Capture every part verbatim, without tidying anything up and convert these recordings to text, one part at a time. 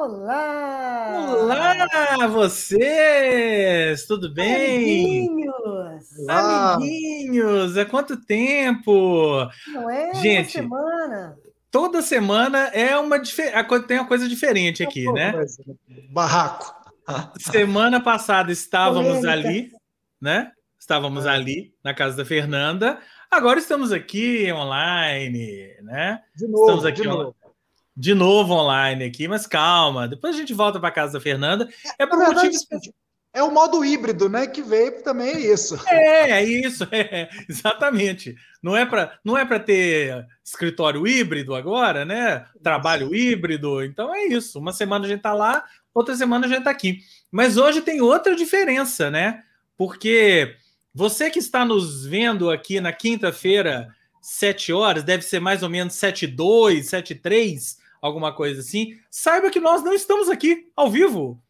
Olá! Olá, vocês! Tudo bem? Amiguinhos! Amiguinhos! Há quanto tempo? Não é Gente, uma semana. toda semana é uma dife- tem uma coisa diferente aqui, né? Barraco. Semana passada estávamos Polêmica. ali, né? Estávamos É. ali na casa da Fernanda. Agora estamos aqui online, né? De novo, Estamos aqui de on- novo. de novo online aqui, mas calma. Depois a gente volta para casa da Fernanda. É Na por verdade, motivos é o modo híbrido, né? Que veio também é isso. É, é isso, é, exatamente. Não é para não é para ter escritório híbrido agora, né? Trabalho híbrido. Então é isso. Uma semana a gente tá lá, outra semana a gente tá aqui. Mas hoje tem outra diferença, né? Porque você que está nos vendo aqui na quinta-feira, sete horas, deve ser mais ou menos sete e dois, sete e três, alguma coisa assim. Saiba que nós não estamos aqui ao vivo.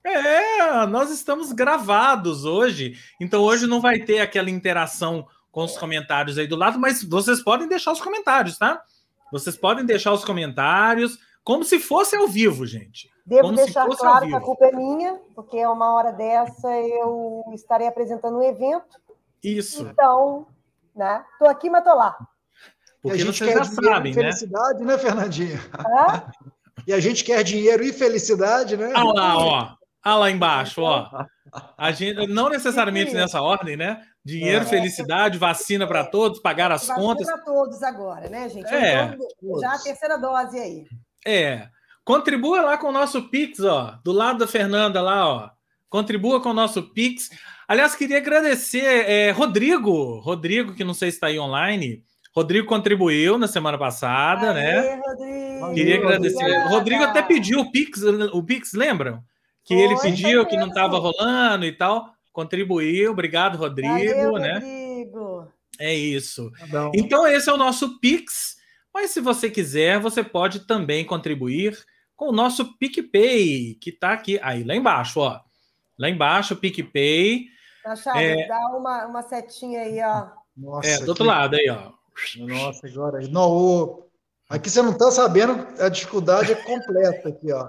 É, nós estamos gravados hoje, então hoje não vai ter aquela interação com os comentários aí do lado, mas vocês podem deixar os comentários, tá? Vocês podem deixar os comentários, como se fosse ao vivo, gente. Devo Como se deixar fosse ao claro que vivo. a culpa é minha, porque a uma hora dessa eu estarei apresentando um evento. Isso, Então, né? Tô aqui, mas tô lá. E a porque gente vocês quer já dinheiro sabem, e né? felicidade, né, Fernandinha? Hã? E a gente quer dinheiro e felicidade, né? Olha lá, ó. Olha lá embaixo, ó. A gente, não necessariamente Isso. nessa ordem, né? Dinheiro, É. felicidade, vacina para todos, pagar as Vacina contas. para todos agora, né, gente? É. Então, já a terceira dose aí. É. Contribua lá com o nosso Pix, ó. Do lado da Fernanda lá, ó. Contribua com o nosso Pix. Aliás, queria agradecer é, Rodrigo. Rodrigo, que não sei se está aí online. Rodrigo contribuiu na semana passada, né? Aê, Rodrigo! Queria agradecer. Obrigada. Rodrigo até pediu o Pix, o Pix, lembram? Que Foi, ele pediu, foi que não mesmo. estava rolando e tal. Contribuiu. Obrigado, Rodrigo, Valeu, né? Rodrigo! É isso. Não. Então, esse é o nosso Pix. Mas se você quiser, você pode também contribuir com o nosso PicPay, que está aqui, aí lá embaixo, ó. Lá embaixo, o PicPay. Machado, É. dá uma, uma setinha aí, ó. Nossa, É, do outro que- laí, aí, ó. Nossa, agora. Não, o- aqui você não está sabendo, a dificuldade é completa aqui, ó.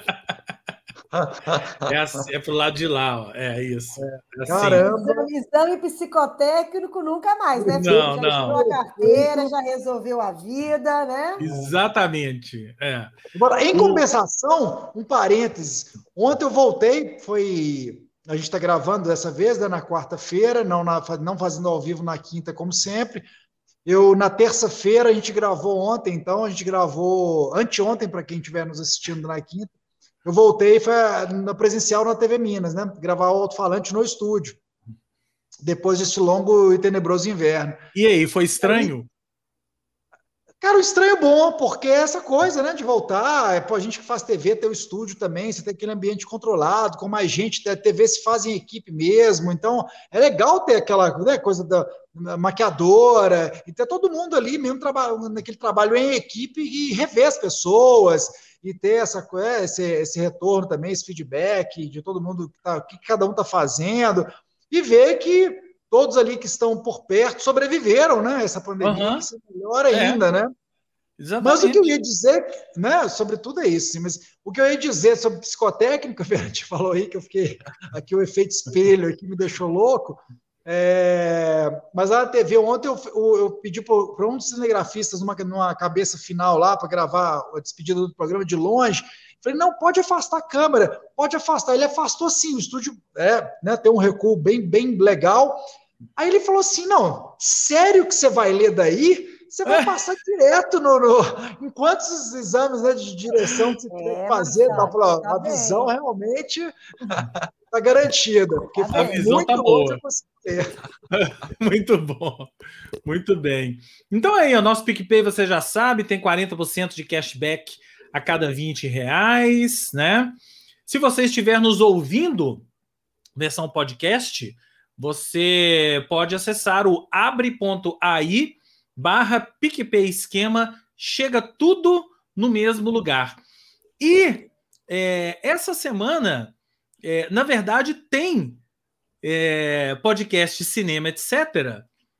É, assim, é pro lado de lá, ó. É isso. É assim. Caramba. Exame, exame psicotécnico nunca mais, né? Não, já não. tirou a carteira, já resolveu a vida, né? Exatamente. É. Agora, em compensação, um parênteses. Ontem eu voltei, foi. A gente está gravando dessa vez, né, na quarta-feira, não, na- não fazendo ao vivo na quinta, como sempre. Eu, na terça-feira, a gente gravou ontem, então a gente gravou anteontem, para quem estiver nos assistindo na quinta. Eu voltei, foi na presencial na T V Minas, né? Gravar o alto-falante no estúdio. Depois desse longo e tenebroso inverno. E aí, foi estranho? Cara, o estranho é bom, porque é essa coisa, né, de voltar, é, pô, a gente que faz T V tem o estúdio também, você tem aquele ambiente controlado, com mais gente, a T V se faz em equipe mesmo, então é legal ter aquela, né, coisa da, da maquiadora, e ter todo mundo ali mesmo trabalhando naquele trabalho em equipe e rever as pessoas, e ter essa, é, esse, esse retorno também, esse feedback de todo mundo, que tá, o que cada um está fazendo, e ver que todos ali que estão por perto sobreviveram, né? Essa pandemia, Uhum. que isso é melhor ainda, É. né? Exatamente. Mas o que eu ia dizer, né? Sobretudo é isso. Mas o que eu ia dizer sobre psicotécnica, a gente falou aí que eu fiquei aqui o efeito espelho aqui me deixou louco. É, mas lá na T V ontem eu, eu, eu pedi para um dos cinegrafistas numa, numa cabeça final lá para gravar a despedida do programa de longe. Falei, não, pode afastar a câmera, pode afastar. Ele afastou sim, o estúdio é, né, tem um recuo bem, bem legal. Aí ele falou assim, não, sério que você vai ler daí? Você vai passar direto no, no, em quantos exames, né, de direção que você tem É, que fazer? Machado, Tá, falou, tá a visão bem. realmente está garantida. Porque Tá foi bem. A visão muito tá bom boa. você conseguir. Muito bom. Muito bem. Então aí, o nosso PicPay, você já sabe, tem quarenta por cento de cashback a cada vinte reais, né? Se você estiver nos ouvindo, versão podcast, você pode acessar o abre.ai barra PicPay Esquema, chega tudo no mesmo lugar. E é, essa semana, é, na verdade, tem é, podcast, cinema, etcétera,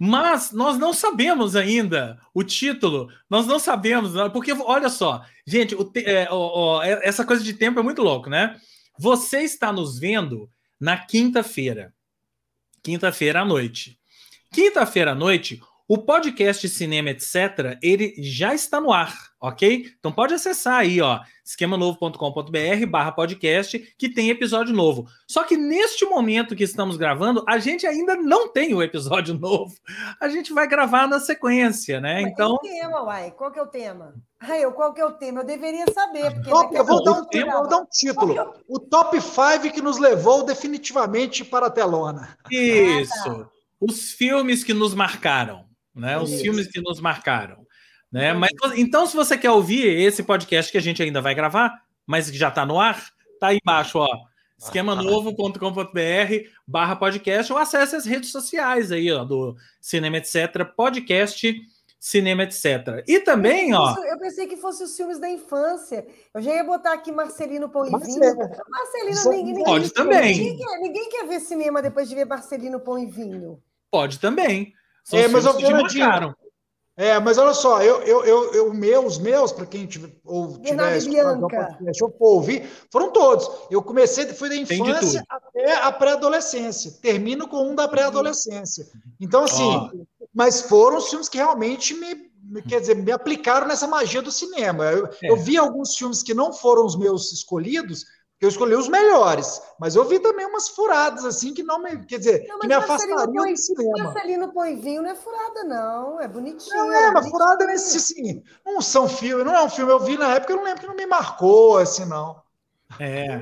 Mas nós não sabemos ainda o título, nós não sabemos, porque, olha só, gente, o te, é, ó, ó, essa coisa de tempo é muito louco, né? Você está nos vendo na quinta-feira, quinta-feira à noite. Quinta-feira à noite, o podcast Cinema Etc, ele já está no ar, ok? Então pode acessar aí, ó, esquema novo ponto com ponto b r barra podcast, que tem episódio novo. Só que neste momento que estamos gravando, a gente ainda não tem o episódio novo. A gente vai gravar na sequência, né? Mas então... tem tema, uai. Qual que é o tema? Ah, eu, qual que é o tema? Eu deveria saber. Porque top, eu vou dar, um, tema... vou dar um título. O top cinco que nos levou definitivamente para a telona. Isso. Ah, tá. Os filmes que nos marcaram. Né, os Isso. filmes que nos marcaram. Né? Mas, então, se você quer ouvir esse podcast que a gente ainda vai gravar, mas que já está no ar, tá aí embaixo, ó, esquema novo ponto com ponto b r barra podcast, ou acesse as redes sociais aí, ó, do Cinema Etc, podcast Cinema Etc. E também, eu ó... Eu pensei que fosse os filmes da infância. Eu já ia botar aqui Marcelino Pão e Vinho. Marcelino, Marcelino, ninguém, pode ninguém, também. Ninguém quer, ninguém quer ver cinema depois de ver Marcelino Pão e Vinho. Pode também. São é, os mas filmes que te Fernandinho, marcaram. É, mas olha só, eu, eu, eu, eu meus, meus, para quem tiver, ou tiver Bianca. eu for ouvir, foram todos. Eu comecei, fui da infância até a pré-adolescência. Termino com um da pré-adolescência. Então, assim, oh. mas foram os filmes que realmente me, quer dizer, me aplicaram nessa magia do cinema. Eu, é. eu vi alguns filmes que não foram os meus escolhidos, eu escolhi os melhores, mas eu vi também umas furadas, assim, que não me, quer dizer, não, que me afastariam do cinema. Marcelino Pão e Vinho não é furada, não, é bonitinho. Não, é, mas furada nesse, assim, não são filmes, não é um filme, eu vi na época, eu não lembro que não me marcou, assim, não. É,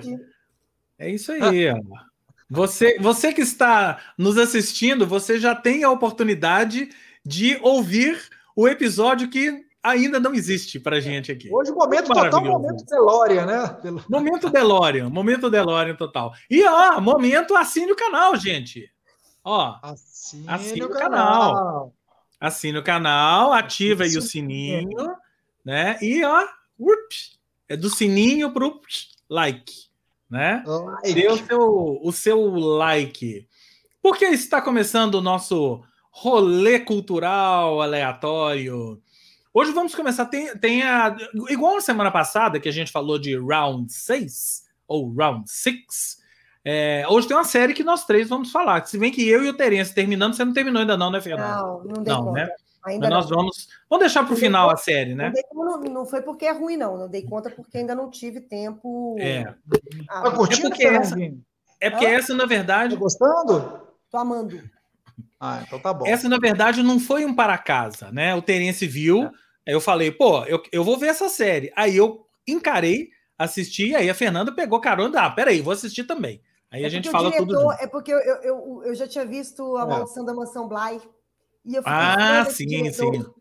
é isso aí, ó. Você, você que está nos assistindo, você já tem a oportunidade de ouvir o episódio que ainda não existe pra gente aqui. Hoje o momento total, momento DeLorean, né? Momento DeLorean, momento DeLorean total. E ó, momento assine o canal, gente. Ó, assine, assine o o canal. canal. Assine o canal, ativa aí o sininho, sininho, né? E ó, ups, é do sininho pro like, né? Like. Dê o seu, o seu like. Porque está começando o nosso rolê cultural aleatório. Hoje vamos começar, tem, tem a... Igual na semana passada, que a gente falou de Round seis, ou Round seis, é, hoje tem uma série que nós três vamos falar. Se bem que eu e o Terence terminamos, você não terminou ainda não, né, Fernanda? Não, não dei não, conta. Né? Ainda Mas nós não. vamos... Vamos deixar para o final conta, a série, né? Não, dei, não, não foi porque é ruim, não. Não dei conta porque ainda não tive tempo... É. Ah, tá curtindo, é porque, essa, é porque essa, na verdade... Tá gostando? Tô amando. Ah, então tá bom. Essa, na verdade, não foi um para casa, né? O Terence viu... É. Aí eu falei, pô, eu, eu vou ver essa série. Aí eu encarei, assisti, aí a Fernanda pegou carona. Ah, peraí, vou assistir também. Aí é a gente fala diretor, tudo junto. É porque eu, eu, eu já tinha visto A Maldição é. da Mansão Bly. E eu ah, sim, diretor. sim.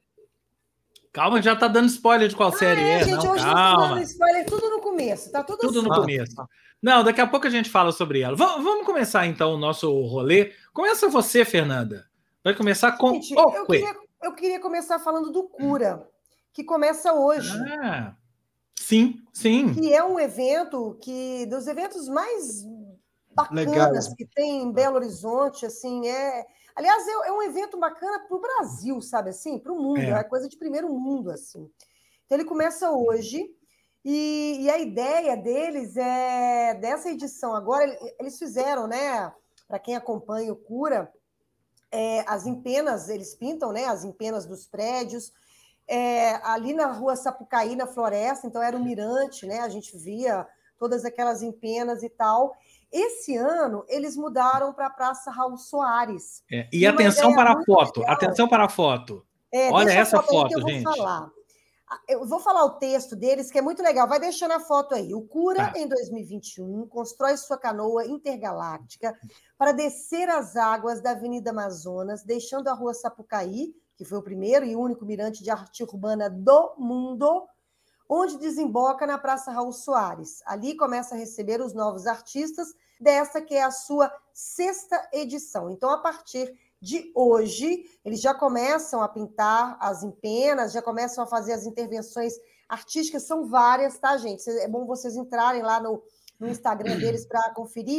Calma, já tá dando spoiler de qual ah, série é. é gente, não, hoje calma. não tô dando spoiler, tudo no começo. Tá tudo, tudo assim. no começo. Não, daqui a pouco a gente fala sobre ela. V vamos começar, então, o nosso rolê. Começa você, Fernanda. Vai começar com... Gente, oh, eu, queria, eu queria começar falando do Cura, que começa hoje. Ah, sim, sim. Que é um evento que, dos eventos mais bacanas Legais. que tem em Belo Horizonte, assim, é... Aliás, é, é um evento bacana para o Brasil, sabe assim? Para o mundo, é. é coisa de primeiro mundo, assim. Então, ele começa hoje, e, e a ideia deles é, dessa edição agora, eles fizeram, né, para quem acompanha o Cura, é, as empenas, eles pintam, né, as empenas dos prédios, é, ali na rua Sapucaí, na Floresta, então era um mirante, né, a gente via todas aquelas empenas e tal. Esse ano, eles mudaram para a Praça Raul Soares. É, e, e atenção para a foto, legal. atenção para a foto. É, Olha essa foto, foto que eu gente. Vou falar. Eu vou falar o texto deles, que é muito legal. Vai deixando a foto aí. O Cura, tá. em dois mil e vinte e um, constrói sua canoa intergaláctica para descer as águas da Avenida Amazonas, deixando a rua Sapucaí, que foi o primeiro e único mirante de arte urbana do mundo, onde desemboca na Praça Raul Soares. Ali começa a receber os novos artistas dessa que é a sua sexta edição. Então, a partir de hoje, eles já começam a pintar as empenas, já começam a fazer as intervenções artísticas, são várias, tá, gente? É bom vocês entrarem lá no, no Instagram deles para conferir,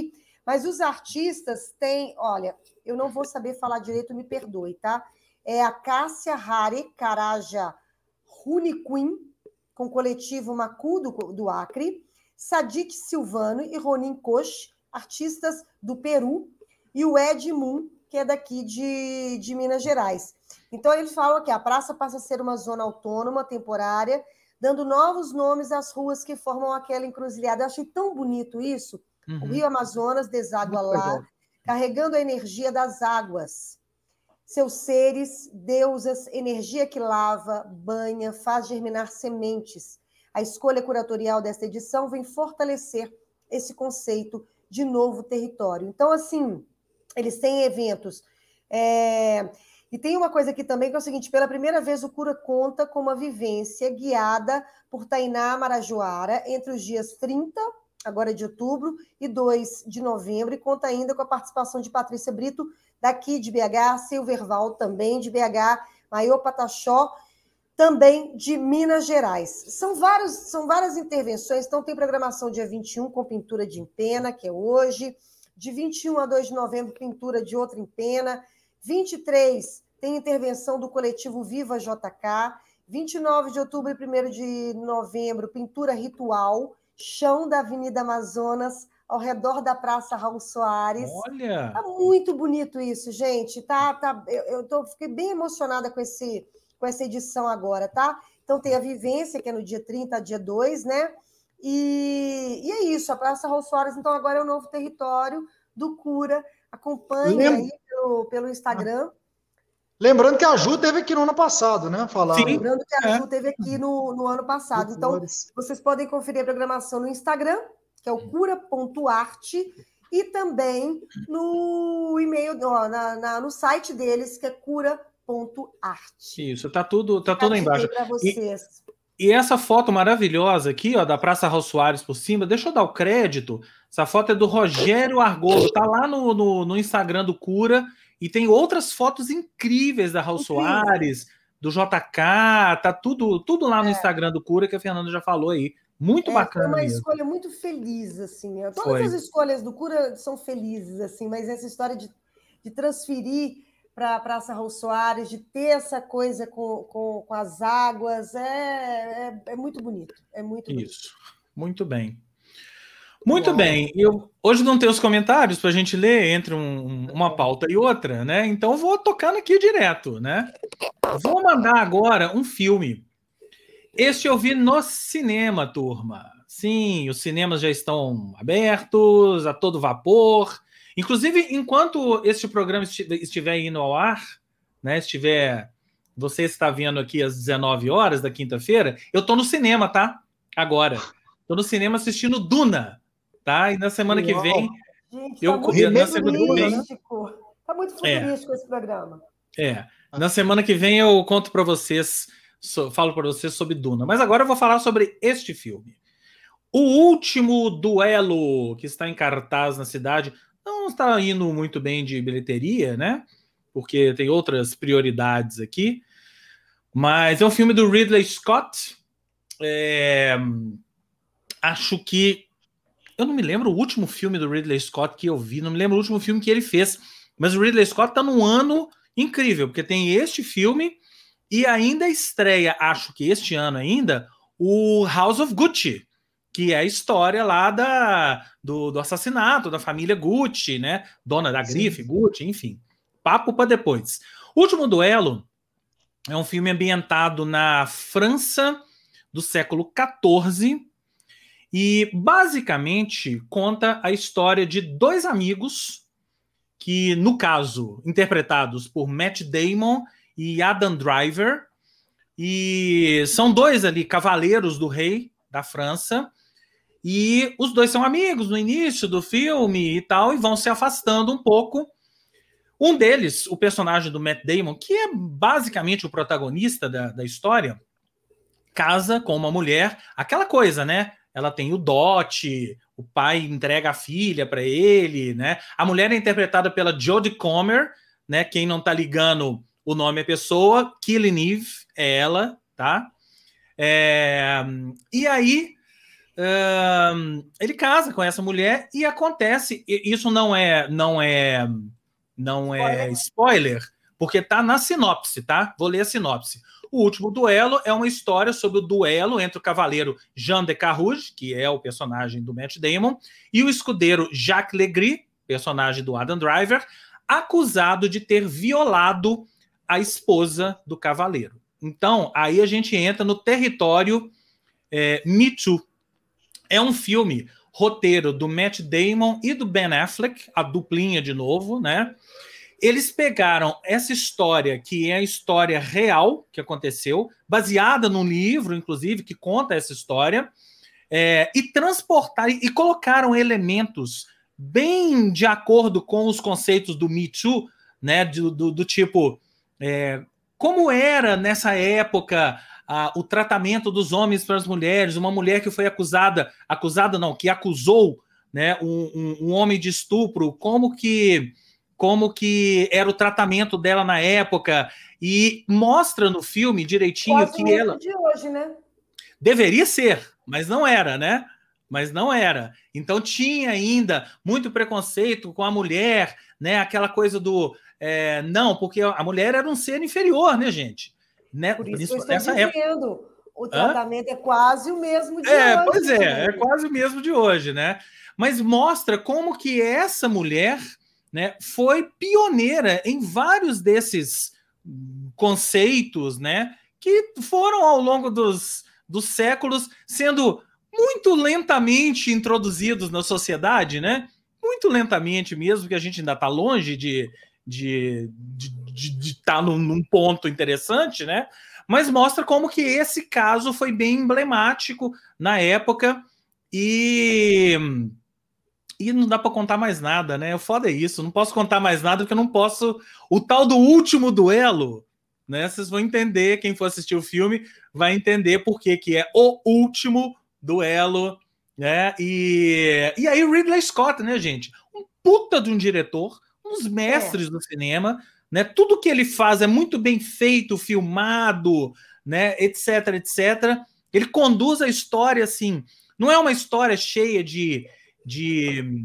Mas os artistas têm, olha, eu não vou saber falar direito, me perdoe, tá? É a Cássia Hare Caraja Runiquim, com o coletivo Macu do, do Acre, Sadiq Silvano e Ronin Koch, artistas do Peru, e o Ed Moon, que é daqui de, de Minas Gerais. Então, eles falam que a praça passa a ser uma zona autônoma, temporária, dando novos nomes às ruas que formam aquela encruzilhada. Eu achei tão bonito isso. Uhum. O Rio Amazonas deságua lá, carregando a energia das águas. Seus seres, deusas, energia que lava, banha, faz germinar sementes. A escolha curatorial desta edição vem fortalecer esse conceito de novo território. Então, assim, eles têm eventos. É... E tem uma coisa aqui também que é o seguinte, pela primeira vez o Cura conta com uma vivência guiada por Tainá Marajoara entre os dias trinta, agora de outubro, e dois de novembro, e conta ainda com a participação de Patrícia Brito, daqui de B H, Silverval, também de B H, Maiô Pataxó, também de Minas Gerais. São, vários, são várias intervenções, então tem programação dia vinte e um com pintura de empena, que é hoje, de vinte e um a dois de novembro, pintura de outra empena, vinte e três tem intervenção do coletivo Viva J K, vinte e nove de outubro e primeiro de novembro, pintura ritual, chão da Avenida Amazonas, ao redor da Praça Raul Soares. Olha! Tá muito bonito isso, gente. Tá, tá, eu eu tô, fiquei bem emocionada com, esse, com essa edição agora, tá? Então tem a vivência, que é no dia trinta a dia dois, né? E, e é isso, a Praça Raul Soares, então, agora é o novo território do Cura. Acompanhe Lem... aí pelo, pelo Instagram. Lembrando que a Ju teve aqui no ano passado, né? Falando. Lembrando que a é. Ju teve aqui no, no ano passado. Então, vocês podem conferir a programação no Instagram, que é o cura ponto arte, e também no e-mail, ó, na, na, no site deles, que é cura ponto arte. Isso, tá tudo, tá tudo aí embaixo. Para vocês. E, e essa foto maravilhosa aqui, ó, da Praça Raul Soares por cima, deixa eu dar o crédito. Essa foto é do Rogério Argolo, tá lá no, no, no Instagram do Cura, e tem outras fotos incríveis da Raul Incrível. Soares, do J K, tá tudo, tudo lá no é. Instagram do Cura, que a Fernanda já falou aí. Muito é, bacana. Foi uma mesmo. escolha muito feliz, assim. Todas foi. as escolhas do Cura são felizes, assim, mas essa história de, de transferir para a Praça Raul Soares, de ter essa coisa com, com, com as águas, é, é, é muito bonito. É muito bonito. Isso, muito bem. Muito Uau. bem. Eu, hoje não tem os comentários para a gente ler entre um, uma pauta e outra, né? Então vou tocando aqui direto, né? Vou mandar agora um filme. Este eu vi no cinema, turma. Sim, os cinemas já estão abertos, a todo vapor. Inclusive, enquanto este programa estiver indo ao ar, né? Estiver... Você está vendo aqui às dezenove horas da quinta-feira, eu estou no cinema, tá? Agora. Estou no cinema assistindo Duna. Tá? E na semana que vem... Gente, eu tá muito na semana que vem, tá muito futurístico é, esse programa. É. Na semana que vem eu conto para vocês, so, falo para vocês sobre Duna. Mas agora eu vou falar sobre este filme. O Último Duelo, que está em cartaz na cidade, não está indo muito bem de bilheteria, né? Porque tem outras prioridades aqui. Mas é um filme do Ridley Scott. É... Acho que eu não me lembro o último filme do Ridley Scott que eu vi, não me lembro o último filme que ele fez, mas o Ridley Scott está num ano incrível, porque tem este filme e ainda estreia, acho que este ano ainda, o House of Gucci, que é a história lá da, do, do assassinato da família Gucci, né? Dona da grife, Gucci, enfim. Papo para depois. O Último Duelo é um filme ambientado na França do século quatorze, e basicamente conta a história de dois amigos que, no caso, interpretados por Matt Damon e Adam Driver, e são dois ali cavaleiros do rei da França, e os dois são amigos no início do filme e tal, e vão se afastando um pouco. Um deles, o personagem do Matt Damon, que é basicamente o protagonista da, da história, casa com uma mulher, aquela coisa, né? Ela tem o dote, o pai entrega a filha para ele, né? A mulher é interpretada pela Jodie Comer, né? Quem não tá ligando o nome é pessoa, Killing Eve é ela, tá? É... E aí uh, ele casa com essa mulher e acontece, isso não é não é não é spoiler, porque tá na sinopse, tá? Vou ler a sinopse. O Último Duelo é uma história sobre o duelo entre o cavaleiro Jean de Carrouge, que é o personagem do Matt Damon, e o escudeiro Jacques Legris, personagem do Adam Driver, acusado de ter violado a esposa do cavaleiro. Então, aí a gente entra no território é, Me Too. É um filme, roteiro do Matt Damon e do Ben Affleck, a duplinha de novo, né? Eles pegaram essa história, que é a história real que aconteceu, baseada num livro, inclusive, que conta essa história, é, e transportaram, e colocaram elementos bem de acordo com os conceitos do Me Too, né, do, do, do tipo, é, como era nessa época a, o tratamento dos homens para as mulheres, uma mulher que foi acusada, acusada não, que acusou, né, um, um, um homem de estupro, como que... como que era o tratamento dela na época, e mostra no filme direitinho Quase que mesmo ela... de hoje, né? Deveria ser, mas não era, né? Mas não era. Então tinha ainda muito preconceito com a mulher, né? Aquela coisa do... É, não, porque a mulher era um ser inferior, né, gente? Né? Por isso que eu estou Nessa dizendo, época... o tratamento Hã? é quase o mesmo de é, hoje. Pois é, é quase o mesmo de hoje, né? Mas mostra como que essa mulher... né, foi pioneira em vários desses conceitos, né, que foram ao longo dos, dos séculos sendo muito lentamente introduzidos na sociedade, né? Muito lentamente mesmo, que a gente ainda está longe de de de, de, de estar num, num ponto interessante, né? Mas mostra como que esse caso foi bem emblemático na época e E não dá para contar mais nada, né? O foda é isso. Não posso contar mais nada porque eu não posso... O tal do Último Duelo, né? Vocês vão entender, quem for assistir o filme vai entender por que que é o último duelo, né? E, e aí o Ridley Scott, né, gente? Um puta de um diretor, um dos mestres é. do cinema, né? Tudo que ele faz é muito bem feito, filmado, né? Etc, etcétera. Ele conduz a história, assim... Não é uma história cheia de... De,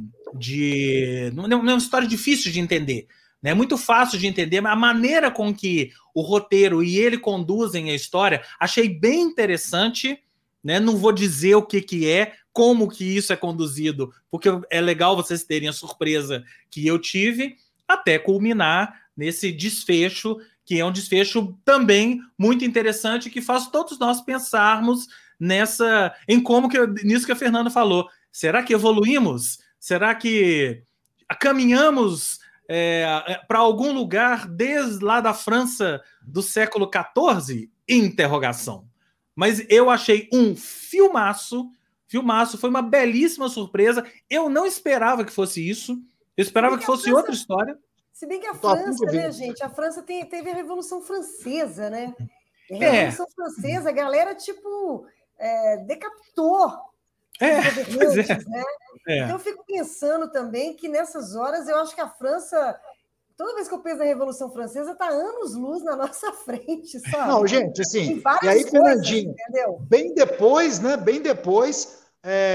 de não é uma história difícil de entender, né? É muito fácil de entender, mas a maneira com que o roteiro e ele conduzem a história, achei bem interessante, né? Não vou dizer o que, que é, como que isso é conduzido, porque é legal vocês terem a surpresa que eu tive, até culminar nesse desfecho, que é um desfecho também muito interessante, que faz todos nós pensarmos nessa, em como que nisso que a Fernanda falou. Será que evoluímos? Será que caminhamos é, para algum lugar desde lá da França do século quatorze? Interrogação. Mas eu achei um filmaço, filmaço, foi uma belíssima surpresa. Eu não esperava que fosse isso. Eu esperava que, que fosse França, outra história. Se bem que a França, né, gente? A França tem, teve a Revolução Francesa, né? E a Revolução é. Francesa, a galera, tipo, é, decapitou É, pois é. Né? É. Então eu fico pensando também que nessas horas eu acho que a França, toda vez que eu penso na Revolução Francesa, está anos-luz na nossa frente, sabe? Não, gente, assim, e aí, coisas, Fernandinho, entendeu? bem depois, né? Bem depois,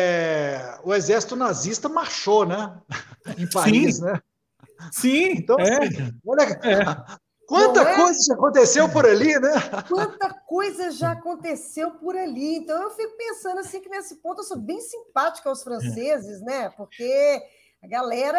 é, o exército nazista marchou, né? Em Paris, Sim. né? Sim. Então, é. assim, olha. É. Quanta é? coisa já aconteceu por ali, né? Quanta coisa já aconteceu por ali. Então, eu fico pensando assim que nesse ponto eu sou bem simpática aos franceses, né? Porque a galera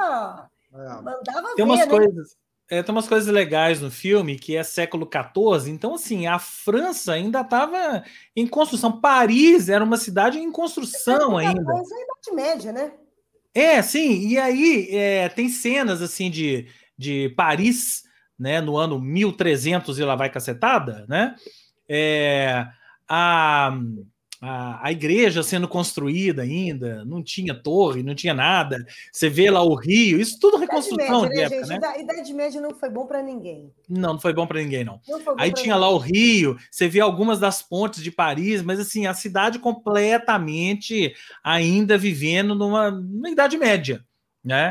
é. mandava tem umas ver, coisas, né? é, tem umas coisas legais no filme, que é século quatorze. Então, assim, a França ainda estava em construção. Paris era uma cidade em construção ainda. Mas é a Idade Média, né? É, sim. E aí é, tem cenas, assim, de, de Paris... Né, no ano mil e trezentos e lá vai cacetada, né? É, a, a, a igreja sendo construída ainda, não tinha torre, não tinha nada. Você vê lá o Rio, isso tudo reconstrução Idade média, de né, época, gente? né? A Idade Média não foi bom para ninguém. Não, não foi bom para ninguém, não. não Aí tinha ninguém. lá o Rio, você vê algumas das pontes de Paris, mas assim, a cidade completamente ainda vivendo numa, numa Idade Média, né?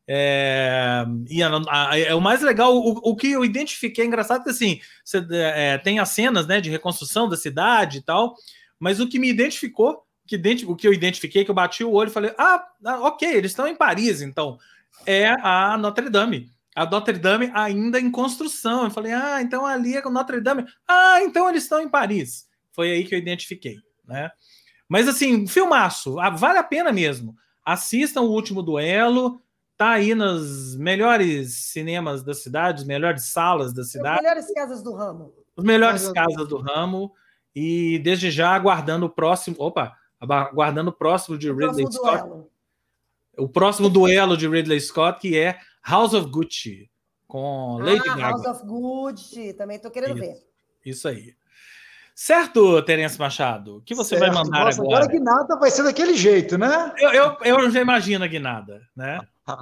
É, e a, a, a, o mais legal, o, o que eu identifiquei é engraçado que assim, você, é, tem as cenas, né, de reconstrução da cidade e tal, mas o que me identificou que, o que eu identifiquei, que eu bati o olho e falei, ah, ok, eles estão em Paris, então. É a Notre Dame. A Notre Dame ainda em construção. Eu falei, ah, então ali é com Notre Dame. Ah, então eles estão em Paris. Foi aí que eu identifiquei, né? Mas assim, filmaço, vale a pena mesmo. Assistam O Último Duelo, tá aí nas melhores cinemas da cidade, as melhores salas da cidade. As melhores casas do ramo. As melhores casas do ramo. E desde já aguardando o próximo. Opa, aguardando o próximo de o Ridley Scott. Duelo. O próximo duelo de Ridley Scott, que é House of Gucci, com Lady ah, Gaga. House of Gucci, também tô querendo isso, ver. Isso aí. Certo, Terence Machado? O que você certo. vai mandar Nossa, agora? Agora a guinada vai ser daquele jeito, né? Eu, eu, eu já imagino a guinada, né?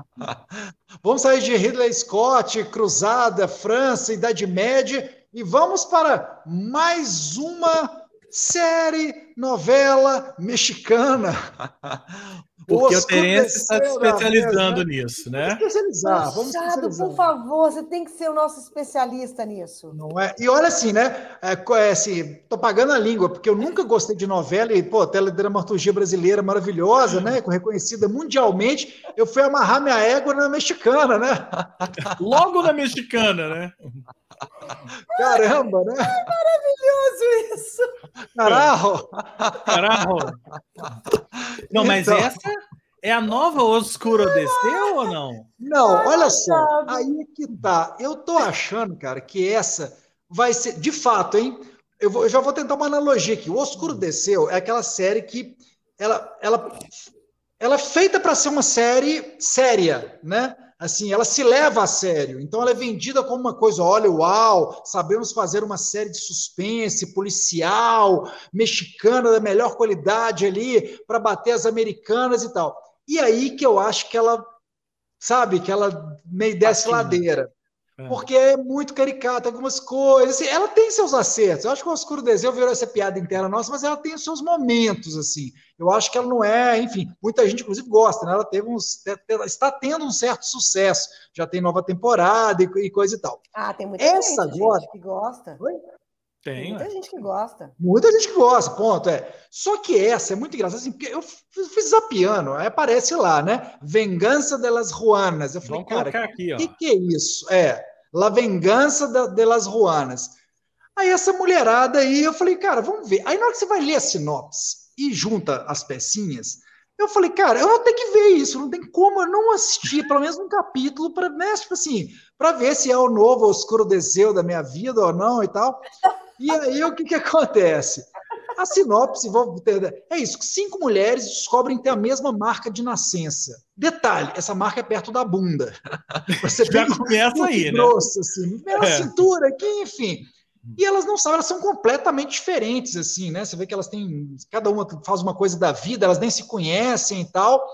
Vamos sair de Ridley Scott, Cruzada, França, Idade Média, e vamos para mais uma série, novela mexicana. Porque o Terence está se especializando vez, né? nisso, né? Vamos especializar, vamos especializar. Por favor, você tem que ser o nosso especialista nisso. Não é? E olha assim, né? É, assim, tô pagando a língua, porque eu nunca gostei de novela e, pô, teledramaturgia brasileira maravilhosa, né? Reconhecida mundialmente. Eu fui amarrar minha égua na mexicana, né? Logo na mexicana, né? Caramba, né? É maravilhoso isso! Carajo! Carajo! Não, mas então... essa é a nova Oscuro Desceu ou não? Não, olha só, aí é que tá. Eu tô achando, cara, que essa vai ser, de fato, hein? Eu, vou, eu já vou tentar uma analogia aqui. O Oscuro Desceu é aquela série que ela, ela, ela é feita para ser uma série séria, né? Assim, ela se leva a sério. Então, ela é vendida como uma coisa, olha, uau, sabemos fazer uma série de suspense, policial, mexicana, da melhor qualidade ali, para bater as americanas e tal. E aí que eu acho que ela, sabe, que ela meio desce ladeira. É. Porque é muito caricata, algumas coisas. Assim, ela tem seus acertos. Eu acho que o Oscuro Desceu virou essa piada interna nossa, mas ela tem os seus momentos, assim. Eu acho que ela não é, enfim, muita gente, inclusive, gosta, né? Ela teve uns, está tendo um certo sucesso. Já tem nova temporada e, e coisa e tal. Ah, tem muita essa gente, agora... gente que gosta. Oi? Tem, tem muita né? gente que gosta. Muita gente que gosta, ponto. É. Só que essa é muito engraçada, assim, porque eu fiz zapiando, aí aparece lá, né? Vingança delas Ruanas. Eu falei, Vamos cara, o que, que é isso? É, La Vengança da, de las Ruanas. Aí essa mulherada aí, eu falei, cara, vamos ver. Aí na hora que você vai ler a sinopse e junta as pecinhas, eu falei, cara, eu vou ter que ver isso, não tem como eu não assistir pelo menos um capítulo para, né, tipo assim, para ver se é o novo Oscuro Desceu da minha vida ou não e tal. E aí, o que, que acontece? A sinopse, vou ter, é isso, cinco mulheres descobrem ter a mesma marca de nascença. Detalhe, essa marca é perto da bunda. Você já começa aí, grosso, né? Assim, na é. cintura aqui, enfim. E elas não sabem, elas são completamente diferentes, assim, né? Você vê que elas têm, cada uma faz uma coisa da vida, elas nem se conhecem e tal.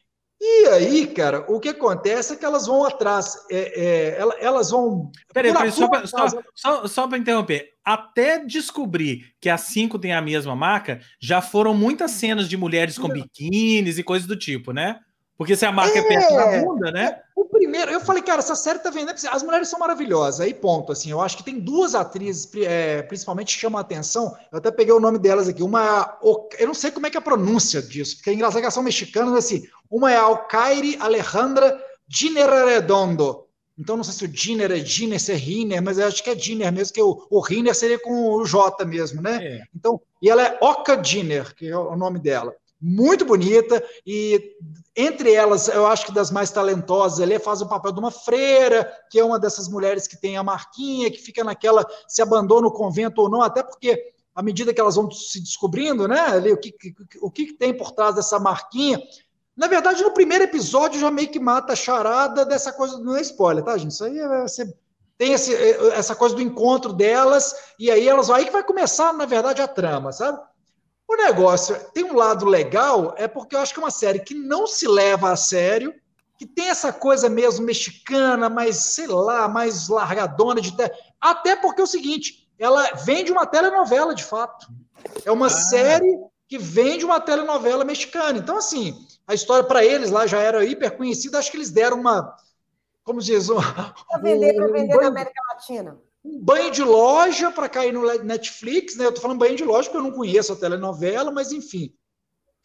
E aí, cara, o que acontece é que elas vão atrás, é, é, elas vão... Peraí, peraí só para só, só, só para interromper. Até descobrir que as cinco têm a mesma marca, já foram muitas cenas de mulheres com biquínis e coisas do tipo, né? Porque se a marca é, é perto da bunda, né? O primeiro, eu falei, cara, essa série tá vendo, as mulheres são maravilhosas, aí ponto, assim, eu acho que tem duas atrizes, é, principalmente, que chamam a atenção, eu até peguei o nome delas aqui, uma é a, eu não sei como é que é a pronúncia disso, porque é engraçado que elas são mexicanas, assim, uma é a Alcaire Alejandra Giner Redondo, então não sei se o Giner é Giner, se é Riner, mas eu acho que é Giner mesmo, que o, o Riner seria com o J mesmo, né? É. Então, e ela é Oca Giner, que é o nome dela. Muito bonita, e entre elas, eu acho que das mais talentosas, ali faz o papel de uma freira, que é uma dessas mulheres que tem a marquinha, que fica naquela, se abandona o convento ou não, até porque, à medida que elas vão se descobrindo, né, ali, o que, o que tem por trás dessa marquinha, na verdade, no primeiro episódio já meio que mata a charada dessa coisa, não é spoiler, tá, gente? Isso aí é, você tem esse, essa coisa do encontro delas, e aí elas, aí que vai começar, na verdade, a trama, sabe? O negócio tem um lado legal, é porque eu acho que é uma série que não se leva a sério, que tem essa coisa mesmo mexicana, mais, sei lá, mais largadona de te... até porque é o seguinte, ela vende uma telenovela de fato. É uma ah. série que vende uma telenovela mexicana. Então, assim, a história para eles lá já era hiper conhecida, acho que eles deram uma, como se diz, um, para vender, um, para vender um na América Latina. Um banho de loja para cair no Netflix, né? Eu tô falando banho de loja porque eu não conheço a telenovela, mas enfim.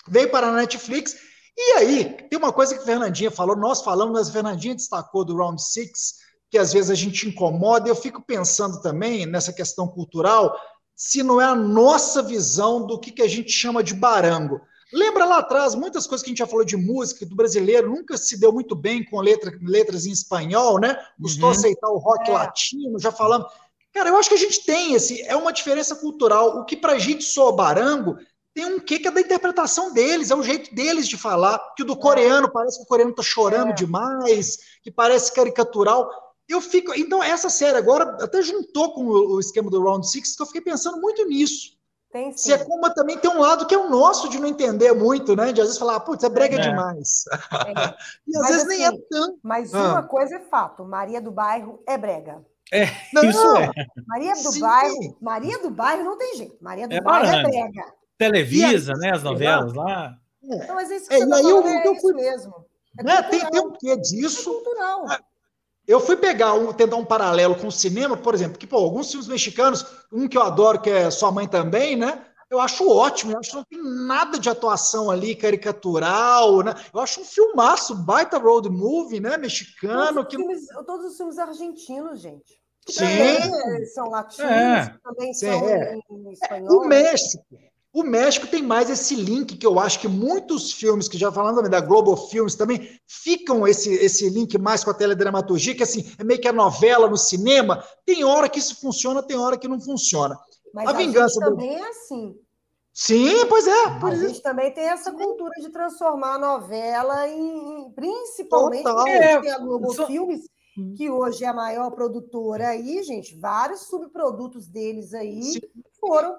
veio para a Netflix. E aí, tem uma coisa que a Fernandinha falou, nós falamos, mas a Fernandinha destacou do Round Six, que às vezes a gente incomoda, e eu fico pensando também nessa questão cultural, se não é a nossa visão do que, que a gente chama de barango. Lembra lá atrás, muitas coisas que a gente já falou de música, do brasileiro nunca se deu muito bem com letra, letras em espanhol, né? Custou uhum. aceitar o rock é. latino, já falamos. Cara, eu acho que a gente tem esse, é uma diferença cultural. O que pra gente soa barango, tem um quê que é da interpretação deles, é o jeito deles de falar, que o do coreano, é. parece que o coreano tá chorando é. demais, que parece caricatural. Eu fico, então essa série agora até juntou com o, o esquema do Round Six, que eu fiquei pensando muito nisso. Tem, se é como também tem um lado que é o nosso de não entender muito, né? De às vezes falar, putz, é brega é. demais. É. E às mas, vezes assim, nem é tão. Mas ah. uma coisa é fato, Maria do Bairro é brega. É, não, isso é. Maria do Sim. Bairro, Maria do Bairro não tem jeito. Maria do é Bairro baranga. é brega. Televisa, aí, né? As novelas lá. É. Então, mas isso que é, você tá aí falando eu, é eu isso fui... mesmo. É né? tem, tem um quê disso. É cultural. Eu fui pegar, um, tentar um paralelo com o cinema, por exemplo, que, pô, alguns filmes mexicanos, um que eu adoro, que é Sua Mãe Também, né? Eu acho ótimo, eu acho que não tem nada de atuação ali caricatural, né? Eu acho um filmaço, baita road movie, né? Mexicano. Todos, que... os, filmes, todos os filmes argentinos, gente. Sim. Também são latinos, é. também Sim, são é. em espanhol. O México. O México tem mais esse link que eu acho que muitos filmes, que já falando também da Global Films, também ficam esse, esse link mais com a teledramaturgia, que assim, é meio que a novela no cinema. Tem hora que isso funciona, tem hora que não funciona. Mas a, a vingança gente do... também é assim. Sim, pois é. Por a isso... gente também tem essa cultura de transformar a novela em... em principalmente Total. porque É. tem a Global Só... Filmes, que hoje é a maior produtora aí, gente. Vários subprodutos deles aí Sim. foram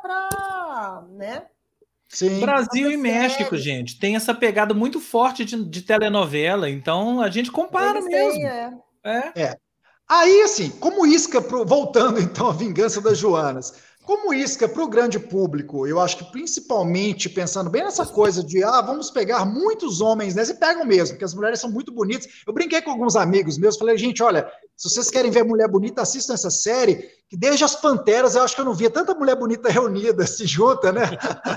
para... né? Sim. Brasil e México, gente, tem essa pegada muito forte de, de telenovela, então a gente compara Eles mesmo. Têm, é. É. é. Aí, assim, como isca, pro... voltando então à Vingança das Joanas, como isca para o grande público, eu acho que principalmente pensando bem nessa coisa de, ah, vamos pegar muitos homens, né? Você pegam mesmo, porque as mulheres são muito bonitas. Eu brinquei com alguns amigos meus, falei, gente, olha, se vocês querem ver mulher bonita, assistam essa série, que desde as Panteras eu acho que eu não via tanta mulher bonita reunida, se junta, né?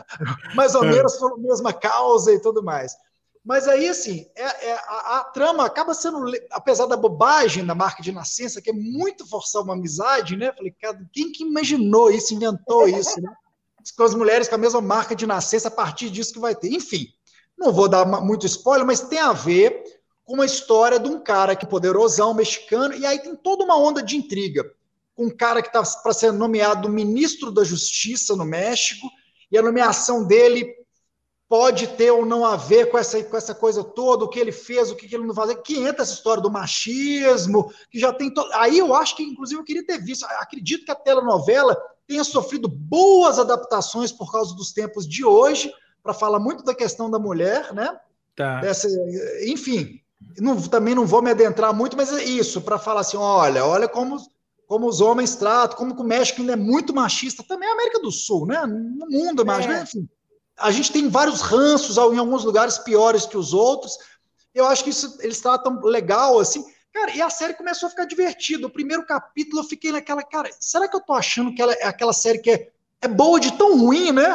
Mais ou menos por mesma causa e tudo mais. Mas aí, assim, é, é, a, a trama acaba sendo, apesar da bobagem da marca de nascença, que é muito forçar uma amizade, né? Falei, cara, quem que imaginou isso, inventou isso, né? Com as mulheres com a mesma marca de nascença, a partir disso que vai ter. Enfim, não vou dar muito spoiler, mas tem a ver com uma história de um cara que é poderosão, mexicano, e aí tem toda uma onda de intriga. Um cara que está para ser nomeado ministro da Justiça no México, e a nomeação dele pode ter ou não a ver com essa, com essa coisa toda, o que ele fez, o que ele não faz, que entra essa história do machismo, que já tem... To... Aí eu acho que, inclusive, eu queria ter visto, acredito que a telenovela tenha sofrido boas adaptações por causa dos tempos de hoje, para falar muito da questão da mulher, né? Tá. Dessa... Enfim, não, também não vou me adentrar muito, mas é isso, para falar assim, olha, olha como... como os homens tratam, como o México ainda é muito machista, também a América do Sul, né? No mundo, mas, é. enfim... A gente tem vários ranços, em alguns lugares piores que os outros. Eu acho que isso eles tratam legal, assim. Cara, e a série começou a ficar divertida. O primeiro capítulo eu fiquei naquela, cara, será que eu tô achando que ela é aquela série que é, é boa de tão ruim, né?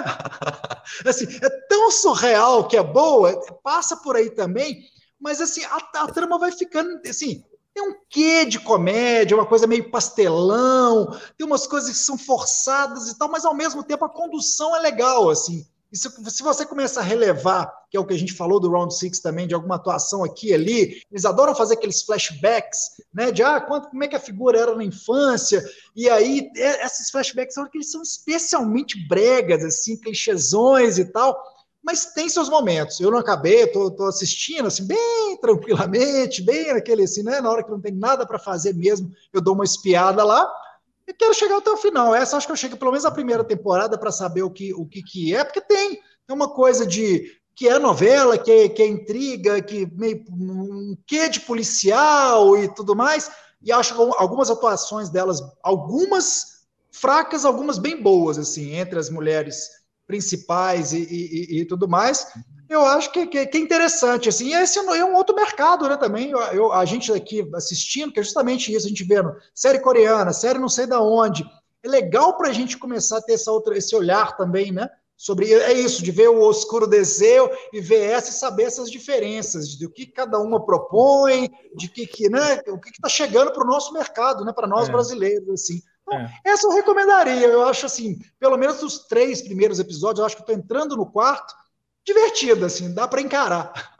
Assim, é tão surreal que é boa, passa por aí também, mas assim, a, a trama vai ficando, assim, tem um quê de comédia, uma coisa meio pastelão, tem umas coisas que são forçadas e tal, mas ao mesmo tempo a condução é legal, assim. E se, se você começa a relevar, que é o que a gente falou do Round Six também, de alguma atuação aqui e ali, eles adoram fazer aqueles flashbacks, né, de ah, quanto, como é que a figura era na infância, e aí é, esses flashbacks são que eles são especialmente bregas, assim, clichêsões e tal, mas tem seus momentos. Eu não acabei, tô, tô assistindo, assim, bem tranquilamente, bem naquele, assim, né, na hora que não tem nada para fazer mesmo, eu dou uma espiada lá, eu quero chegar até o final. Essa acho que eu chego pelo menos a primeira temporada para saber o que, o que, que é, porque tem, tem uma coisa de que é novela, que é, que é intriga, que meio um quê de policial e tudo mais, e acho algumas atuações delas, algumas fracas, algumas bem boas, assim, entre as mulheres principais e, e, e tudo mais. Eu acho que, que, que é interessante, assim, e esse é um outro mercado, né, também, eu, eu, a gente aqui assistindo, que é justamente isso, a gente vendo série coreana, série não sei da onde, é legal para a gente começar a ter essa outra, esse olhar também, né, sobre é isso, de ver o oscuro descer e ver essa e saber essas diferenças, de o que cada uma propõe, de que, que né, o que está chegando para o nosso mercado, né, para nós é. brasileiros, assim. Então, é. essa eu recomendaria, eu acho assim, pelo menos os três primeiros episódios, eu acho que estou entrando no quarto, divertido, assim, dá para encarar.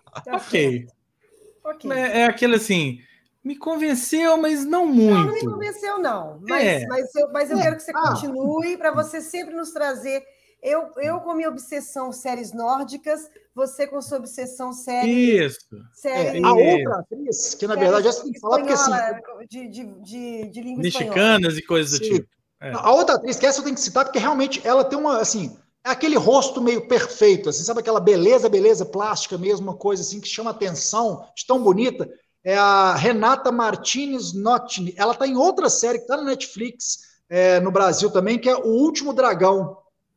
Ok. okay. É, é aquele assim, me convenceu, mas não muito. Não, não me convenceu, não. Mas, é. mas, eu, mas eu é. quero que você ah. continue para você sempre nos trazer. Eu, eu com minha obsessão séries nórdicas, você com sua obsessão série... Isso. série é, a outra atriz, que na verdade já tem que falar porque assim... De, de, de, de língua mexicanas espanhola. E coisas do Sim. tipo. É. A outra atriz, que essa eu tenho que citar, porque realmente ela tem uma, assim... É aquele rosto meio perfeito, assim, sabe aquela beleza, beleza plástica mesmo, uma coisa assim que chama atenção, de tão bonita. É a Renata Martinez Notni. Ela está em outra série que está na Netflix, é, no Brasil também, que é O Último Dragão.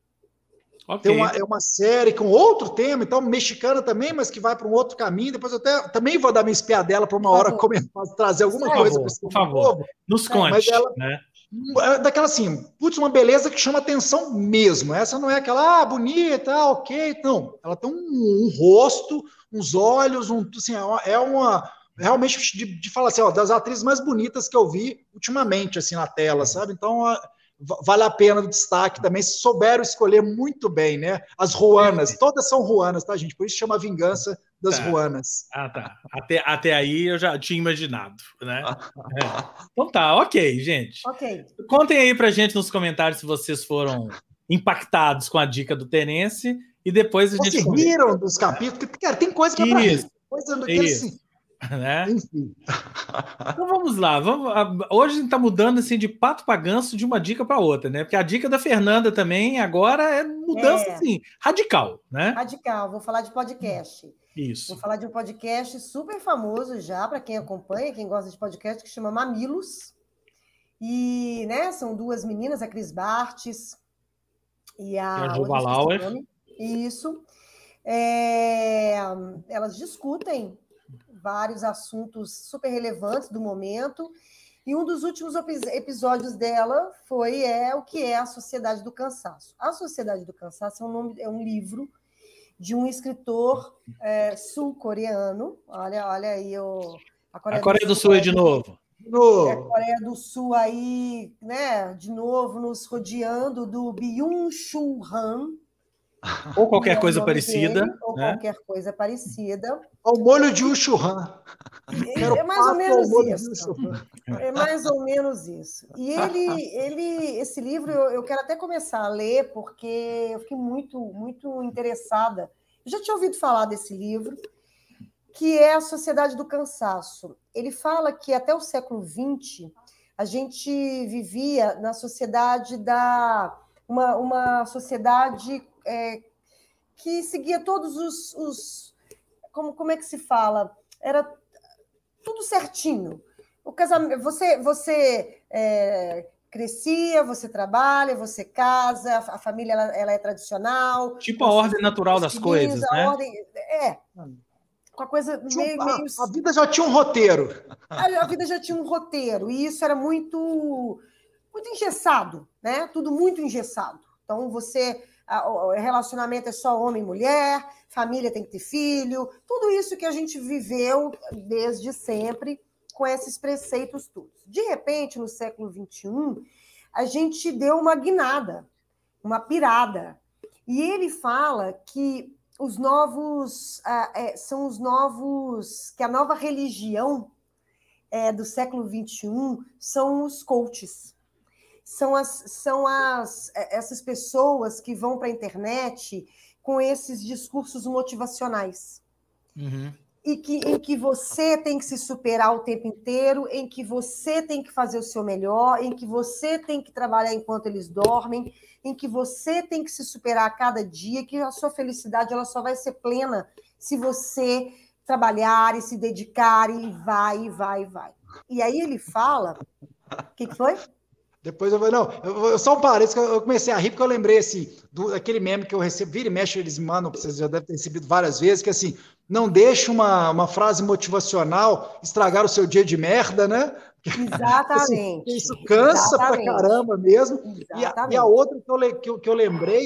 Okay. Tem uma, é uma série com outro tema, então mexicana também, mas que vai para um outro caminho. Depois eu até, também vou dar minha espiadela para uma hora comentar, trazer alguma por coisa. Favor, por favor, novo. Nos conte. Mas ela, né? Daquela assim, putz, uma beleza que chama atenção mesmo. Essa não é aquela, ah, bonita, ah, ok. Não, ela tem um, um rosto, uns olhos, um, assim, é uma... Realmente de, de falar assim, ó, das atrizes mais bonitas que eu vi ultimamente, assim, na tela, sabe? Então, ó, vale a pena o destaque também, se souberam escolher muito bem, né? As Ruanas, todas são Ruanas, tá, gente? Por isso chama Vingança das tá. Ruanas. Ah, tá. Até, até aí eu já tinha imaginado, né? É. Então tá, ok, gente. Ok. Contem aí pra gente nos comentários se vocês foram impactados com a dica do Terence e depois a gente... Vocês riram dos capítulos? Porque, cara, tem coisa que é pra rir. Coisa do que assim... Né? Então vamos lá, vamos, hoje a gente está mudando assim de pato para ganso de uma dica para outra, né? Porque a dica da Fernanda também agora é mudança é. assim, radical, né? Radical, vou falar de podcast. Isso. Vou falar de um podcast super famoso já para quem acompanha, quem gosta de podcast, que chama Mamilos. E, né, são duas meninas, a Cris Bartes e a, e a Juba Lauer. Isso. É, elas discutem vários assuntos super relevantes do momento, e um dos últimos episódios dela foi é, o que é a Sociedade do Cansaço. A Sociedade do Cansaço é um, nome, é um livro de um escritor é, sul-coreano. Olha, olha aí o, a Coreia, a Coreia do, do Sul aí de novo. É a Coreia do Sul aí, né, de novo nos rodeando, do Byung-Chul Han. Ou qualquer coisa parecida. Dele, ou né? qualquer coisa parecida. O molho de Uchuhan. É, é mais ou menos isso. É mais ou menos isso. E ele, ele esse livro, eu, eu quero até começar a ler, porque eu fiquei muito, muito interessada. Eu já tinha ouvido falar desse livro, que é A Sociedade do Cansaço. Ele fala que até o século vinte, a gente vivia na sociedade da... Uma, uma sociedade... É, que seguia todos os... os como, como é que se fala? Era tudo certinho. O casamento, você, você é, crescia, você trabalha, você casa, a família ela, ela é tradicional. Tipo a ordem natural das coisas, a né? Ordem, é, com a coisa meio, meio... A vida já tinha um roteiro. A, a vida já tinha um roteiro, e isso era muito, muito engessado, né? Tudo muito engessado. Então, você... O relacionamento é só homem e mulher, família tem que ter filho, tudo isso que a gente viveu desde sempre com esses preceitos todos. De repente, no século vinte e um, a gente deu uma guinada, uma pirada. E ele fala que os novos ah, é, são os novos, que a nova religião é, do século vinte e um são os coaches. São, as, são as, essas pessoas que vão para a internet com esses discursos motivacionais. Uhum. E que, em que você tem que se superar o tempo inteiro, em que você tem que fazer o seu melhor, em que você tem que trabalhar enquanto eles dormem, em que você tem que se superar a cada dia, que a sua felicidade ela só vai ser plena se você trabalhar e se dedicar, e vai, e vai, e vai. E aí ele fala... O que, que foi? Depois eu vou, não, eu, eu só um parênteses, eu comecei a rir porque eu lembrei, assim, do, daquele meme que eu recebo, vira e mexe, eles me mandam, vocês já devem ter recebido várias vezes, que assim, não deixe uma, uma frase motivacional estragar o seu dia de merda, né? Exatamente. Assim, isso cansa Exatamente. pra caramba mesmo. E a, e a outra que eu, que, eu, que eu lembrei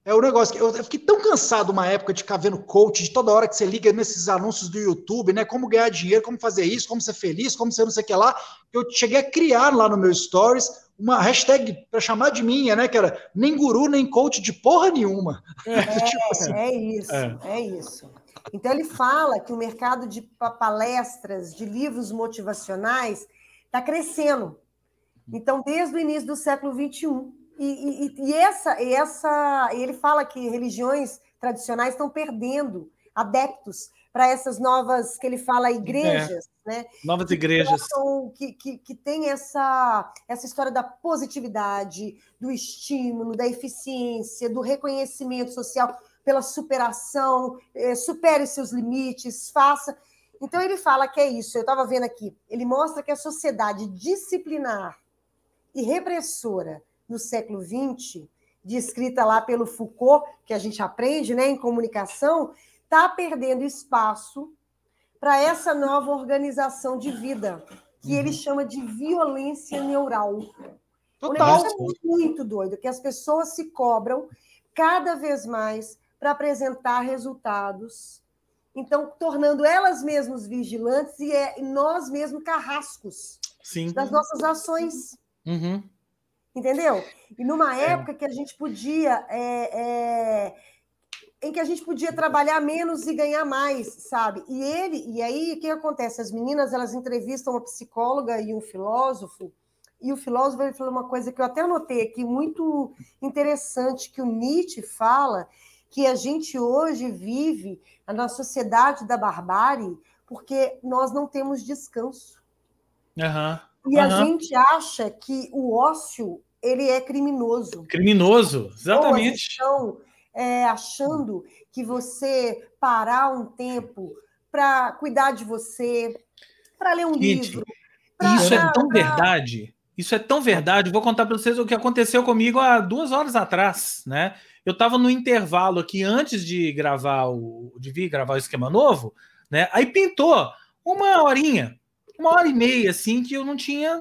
É o negócio que eu, eu fiquei tão cansado uma época de ficar vendo coach de toda hora que você liga nesses anúncios do YouTube, né? Como ganhar dinheiro, como fazer isso, como ser feliz, como ser não sei o que lá. Eu cheguei a criar lá no meu stories uma hashtag para chamar de minha, né? Que era nem guru, nem coach de porra nenhuma. É, tipo assim. é isso, é. é isso. Então ele fala que o mercado de palestras, de livros motivacionais, está crescendo. Então, desde o início do século vinte e um. E, e, e, essa, e essa, ele fala que religiões tradicionais estão perdendo adeptos para essas novas, que ele fala, igrejas, é, né? Novas que igrejas. São, que, que, que tem essa, essa história da positividade, do estímulo, da eficiência, do reconhecimento social pela superação, é, supere seus limites, faça... Então, ele fala que é isso, eu estava vendo aqui, ele mostra que a sociedade disciplinar e repressora no século vinte, descrita lá pelo Foucault, que a gente aprende, né, em comunicação, está perdendo espaço para essa nova organização de vida, que uhum. ele chama de violência neural. Total. O negócio é muito doido, que as pessoas se cobram cada vez mais para apresentar resultados, então, tornando elas mesmas vigilantes e, é, e nós mesmos carrascos Sim. das nossas ações. Uhum. Entendeu? E numa época é. que a gente podia... É, é, em que a gente podia trabalhar menos e ganhar mais, sabe? E ele... E aí, o que acontece? As meninas, elas entrevistam uma psicóloga e um filósofo, e o filósofo ele falou uma coisa que eu até anotei aqui, muito interessante, que o Nietzsche fala, que a gente hoje vive na sociedade da barbárie porque nós não temos descanso. Aham. Uhum. E a uhum. gente acha que o ócio ele é criminoso. Criminoso, exatamente. Estão é, achando que você parar um tempo para cuidar de você, para ler um gente, livro. Pra, isso pra, é tão pra... verdade. Isso é tão verdade. Vou contar para vocês o que aconteceu comigo há duas horas atrás, né? Eu estava no intervalo aqui antes de gravar o, de vir gravar o Esquema Novo, né? Aí pintou uma horinha. Uma hora e meia, assim, que eu não tinha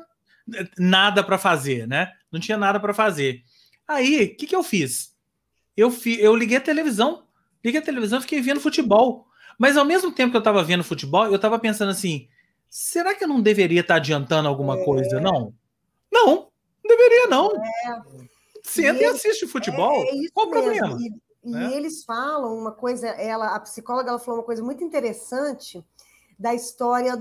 nada para fazer, né? Não tinha nada para fazer. Aí, o que, que eu fiz? Eu, fi, eu liguei a televisão. Liguei a televisão e fiquei vendo futebol. Mas, ao mesmo tempo que eu estava vendo futebol, eu estava pensando assim, será que eu não deveria estar adiantando alguma é. coisa, não? Não, não deveria, não. É. Senta e, e assiste futebol. É, é Qual o problema? E, e é. eles falam uma coisa, ela, a psicóloga ela falou uma coisa muito interessante da história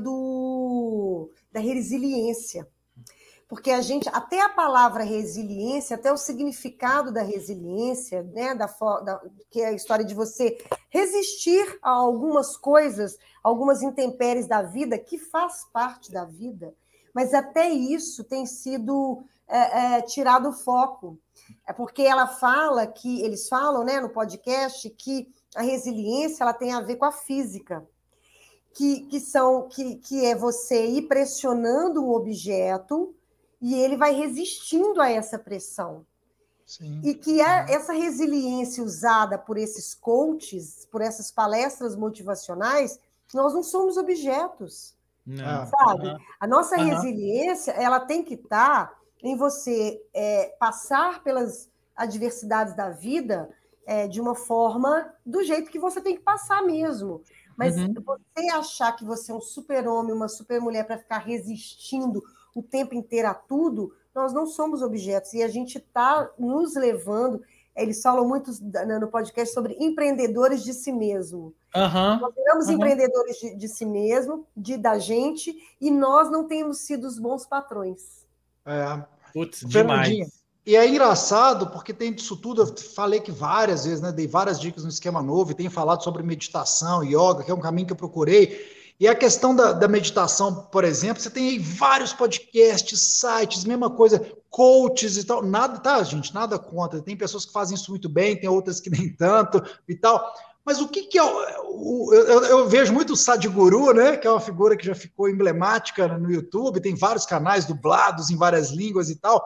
do, da resiliência. Porque a gente, até a palavra resiliência, até o significado da resiliência, né, da, da, que é a história de você resistir a algumas coisas, algumas intempéries da vida, que faz parte da vida, mas até isso tem sido é, é, tirado o foco. É porque ela fala que, eles falam, né, no podcast, que a resiliência ela tem a ver com a física. Que, que, são, que, que é você ir pressionando um objeto e ele vai resistindo a essa pressão. Sim. E que é essa resiliência usada por esses coaches, por essas palestras motivacionais, nós não somos objetos, não. sabe? Uhum. A nossa uhum. resiliência ela tem que estar em você é, passar pelas adversidades da vida é, de uma forma do jeito que você tem que passar mesmo. Mas uhum. você achar que você é um super-homem, uma super-mulher para ficar resistindo o tempo inteiro a tudo, nós não somos objetos. E a gente está nos levando... Eles falam muito no podcast sobre empreendedores de si mesmo. Uhum. Nós viramos uhum. empreendedores de, de si mesmo, de, da gente, e nós não temos sido os bons patrões. É. Putz, demais. E é engraçado, porque tem disso tudo, eu falei que várias vezes, né, dei várias dicas no Esquema Novo, e tenho falado sobre meditação, yoga, que é um caminho que eu procurei, e a questão da, da meditação, por exemplo, você tem aí vários podcasts, sites, mesma coisa, coaches e tal, nada, tá, gente, nada contra, tem pessoas que fazem isso muito bem, tem outras que nem tanto e tal, mas o que que é, o, o, eu, eu vejo muito o Sadhguru, né, que é uma figura que já ficou emblemática no YouTube, tem vários canais dublados em várias línguas e tal,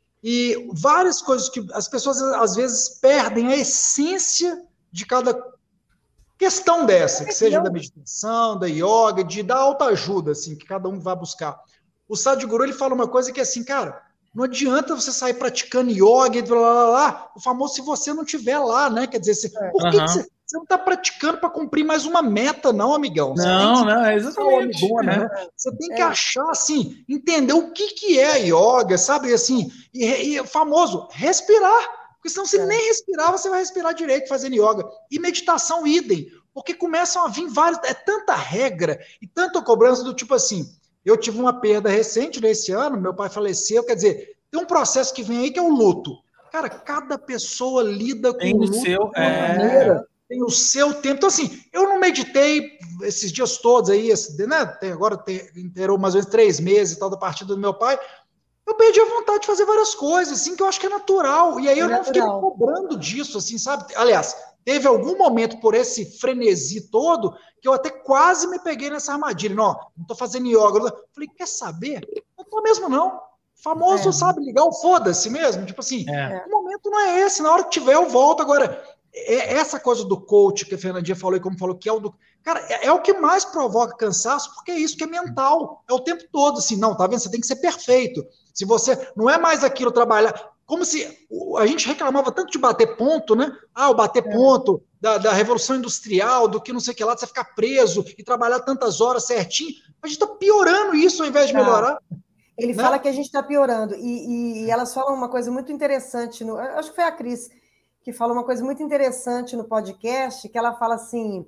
e várias coisas que as pessoas, às vezes, perdem a essência de cada questão dessa, que seja da meditação, da yoga, de da autoajuda, assim, que cada um vai buscar. O Sadhguru, ele fala uma coisa que é assim, cara, Não adianta você sair praticando yoga e blá, blá, blá, blá, o famoso se você não estiver lá, né? Quer dizer, você, por que, uhum. que você, você não está praticando para cumprir mais uma meta, não, amigão? Você não, tem que não, é exatamente. Amigona, é. Né? Você tem que é. achar, assim, entender o que, que é a yoga, sabe? Assim, e, e famoso, respirar. Porque senão você é. nem respirar, você vai respirar direito fazendo yoga. E meditação, idem. Porque começam a vir vários... É tanta regra e tanta cobrança do tipo assim... Eu tive uma perda recente nesse ano, meu pai faleceu, quer dizer, tem um processo que vem aí que é o luto. Cara, cada pessoa lida com tem o luto seu, de uma é... maneira, tem o seu tempo. Então, assim, eu não meditei esses dias todos aí, né? Tem, agora tem, inteirou mais ou menos três meses e tal da partida do meu pai. Eu perdi a vontade de fazer várias coisas, assim, que eu acho que é natural. E aí eu é não natural. fiquei me cobrando disso, assim, sabe? Aliás, teve algum momento por esse frenesi todo que eu até quase me peguei nessa armadilha. Não, não tô fazendo yoga. Eu falei, quer saber? Não tô mesmo, não. Famoso, é. sabe, ligar o foda-se mesmo. Tipo assim, é. o momento não é esse. Na hora que tiver, eu volto. Agora, é essa coisa do coach que a Fernandinha falou e como falou, que é o do... Cara, é, é o que mais provoca cansaço, porque é isso que é mental. É o tempo todo, assim, não, tá vendo? Você tem que ser perfeito. Se você... Não é mais aquilo trabalhar... Como se a gente reclamava tanto de bater ponto, né? Ah, o bater é. ponto da, da Revolução Industrial, do que não sei o que lá, de você ficar preso e trabalhar tantas horas certinho. A gente está piorando isso ao invés de melhorar. Ele né? fala que a gente está piorando. E, e, e elas falam uma coisa muito interessante, no, acho que foi a Cris que falou uma coisa muito interessante no podcast, que ela fala assim,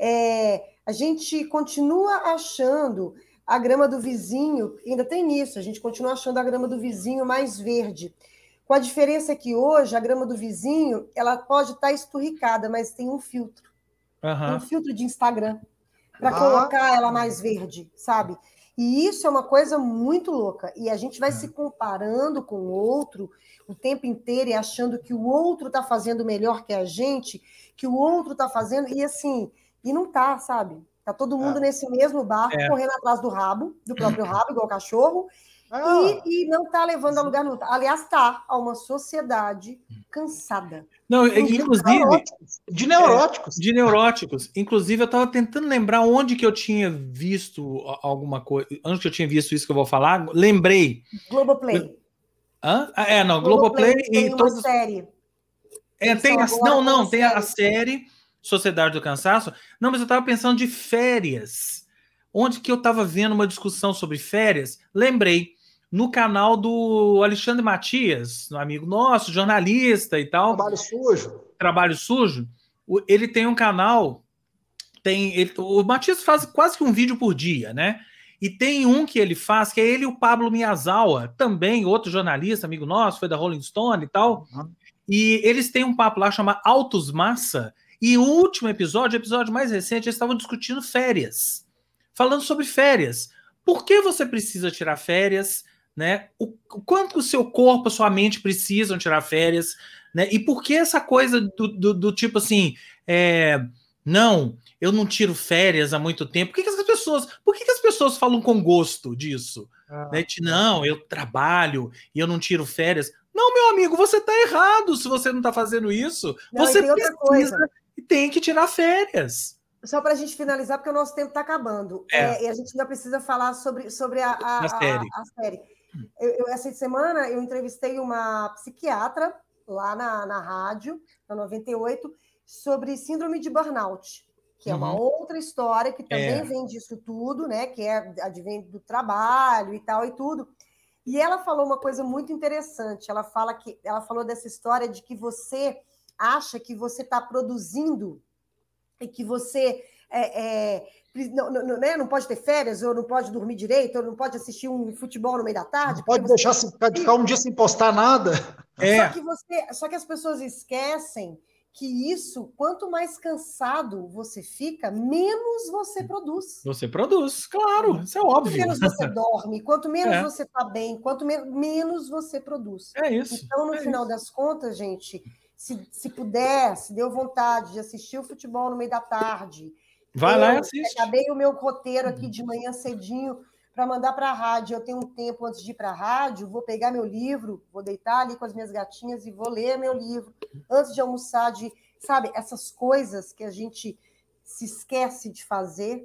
é, a gente continua achando a grama do vizinho, ainda tem isso, a gente continua achando a grama do vizinho mais verde. Com a diferença que hoje a grama do vizinho, ela pode estar esturricada, mas tem um filtro. Uhum. Tem um filtro de Instagram para ah. colocar ela mais verde, sabe? E isso é uma coisa muito louca. E a gente vai é. se comparando com o outro o tempo inteiro e achando que o outro está fazendo melhor que a gente, que o outro está fazendo, e assim, e não tá, sabe? Tá todo mundo é. nesse mesmo barco, é. correndo atrás do rabo, do próprio rabo, igual cachorro, ah. e, e não tá levando a lugar nenhum. Aliás, tá a uma sociedade cansada. Não, inclusive... De neuróticos. É, de neuróticos. Inclusive, eu estava tentando lembrar onde que eu tinha visto alguma coisa, onde que eu tinha visto isso que eu vou falar. Lembrei. Globoplay. Hã? Ah, é, não, Globoplay, Globoplay tem e uma todos... série. É, tem a... Não, não, tem série. a série Sociedade do Cansaço. Não, mas eu estava pensando de férias. Onde que eu estava vendo uma discussão sobre férias? Lembrei. No canal do Alexandre Matias, um amigo nosso, jornalista e tal. Trabalho Sujo. Trabalho Sujo. Ele tem um canal... Tem, ele, o Matias faz quase que um vídeo por dia, né? E tem um que ele faz, que é ele e o Pablo Miyazawa, também outro jornalista, amigo nosso, foi da Rolling Stone e tal. Uhum. E eles têm um papo lá chamado Autos Massa. E o último episódio, o episódio mais recente, eles estavam discutindo férias. Falando sobre férias. Por que você precisa tirar férias? Né? O, o quanto o seu corpo, a sua mente precisam tirar férias? Né? E por que essa coisa do, do, do tipo assim... É, não, eu não tiro férias há muito tempo. Por que, que as pessoas, por que, que as pessoas falam com gosto disso? Ah, né? De, não, eu trabalho e eu não tiro férias. Não, meu amigo, você está errado se você não está fazendo isso. Não, você e tem outra coisa. E tem que tirar férias. Só para a gente finalizar, porque o nosso tempo está acabando. É. É, e a gente ainda precisa falar sobre, sobre a, a, a, série. A, a série. Eu, eu, essa semana eu entrevistei uma psiquiatra lá na, na rádio, na noventa e oito, sobre síndrome de burnout, que é uma uhum. outra história que também é. vem disso tudo, né? Que é advém do trabalho e tal e tudo. E ela falou uma coisa muito interessante. Ela fala que ela falou dessa história de que você acha que você está produzindo e que você é, é, não, não, né, não pode ter férias, ou não pode dormir direito, ou não pode assistir um futebol no meio da tarde. Não pode deixar você... ficar um dia sem postar nada. É. Só que você, só que as pessoas esquecem que isso, quanto mais cansado você fica, menos você produz. Você produz, claro, isso é óbvio. Quanto menos você dorme, quanto menos é. você está bem, quanto me menos você produz. É isso. Então, no é final isso. das contas, gente, se, se puder, se deu vontade de assistir o futebol no meio da tarde, vai eu, lá e assiste. Acabei o meu roteiro aqui de manhã cedinho para mandar para a rádio. Eu tenho um tempo antes de ir para a rádio, vou pegar meu livro, vou deitar ali com as minhas gatinhas e vou ler meu livro antes de almoçar, de, sabe, essas coisas que a gente se esquece de fazer,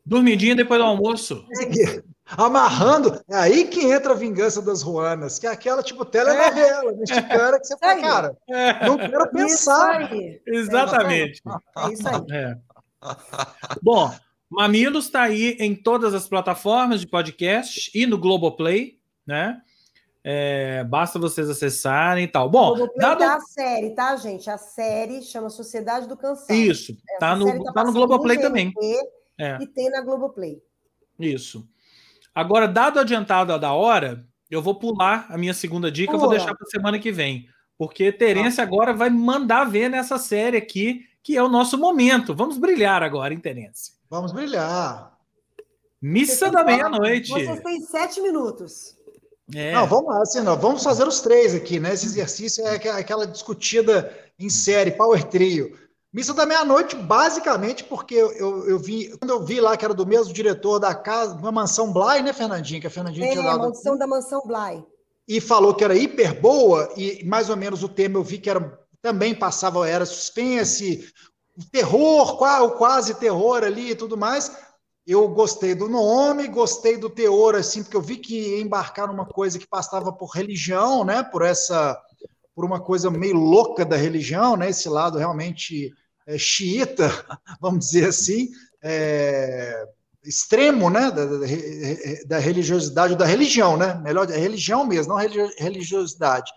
Dormidinha depois do almoço. Amarrando, é aí que entra a Vingança das Ruanas, que é aquela tipo telenovela é. mexicana que você fala, cara, não quero pensar. Isso aí. Exatamente. É isso aí. É. Bom, Mamilos está aí em todas as plataformas de podcast e no Globoplay, né? É, basta vocês acessarem e tal. Bom, Globoplay dado... tá a série, tá, gente? A série chama Sociedade do Cansaço. Isso, tá no, tá, tá no Globoplay também. É. E tem na Globoplay. Isso. Agora, dado adiantado a da hora, eu vou pular a minha segunda dica, Pula. eu vou deixar para semana que vem, porque Terence ah. agora vai mandar ver nessa série aqui, que é o nosso momento. Vamos brilhar agora, hein, Terence? Vamos brilhar. Missa da meia-noite. Vocês têm sete minutos. É. Não, vamos lá, assim, não, vamos fazer os três aqui, né? Esse exercício é aquela discutida em série, Power Trio. Missa da Meia-Noite, basicamente, porque eu, eu, eu vi, quando eu vi lá que era do mesmo diretor da casa, uma Mansão Bly, né, Fernandinha? Que a Fernandinha é, tinha dado. É, Maldição aqui, da Mansão Bly. E falou que era hiper boa, e mais ou menos o tema eu vi que era, também passava, era suspense, terror, quase terror ali e tudo mais. Eu gostei do nome, gostei do teor, assim, porque eu vi que ia embarcar numa coisa que passava por religião, né, por essa, por uma coisa meio louca da religião, né, esse lado realmente é, xiita, vamos dizer assim, é, extremo, né, da, da, da religiosidade, da religião, né, melhor, é religião mesmo, não religiosidade.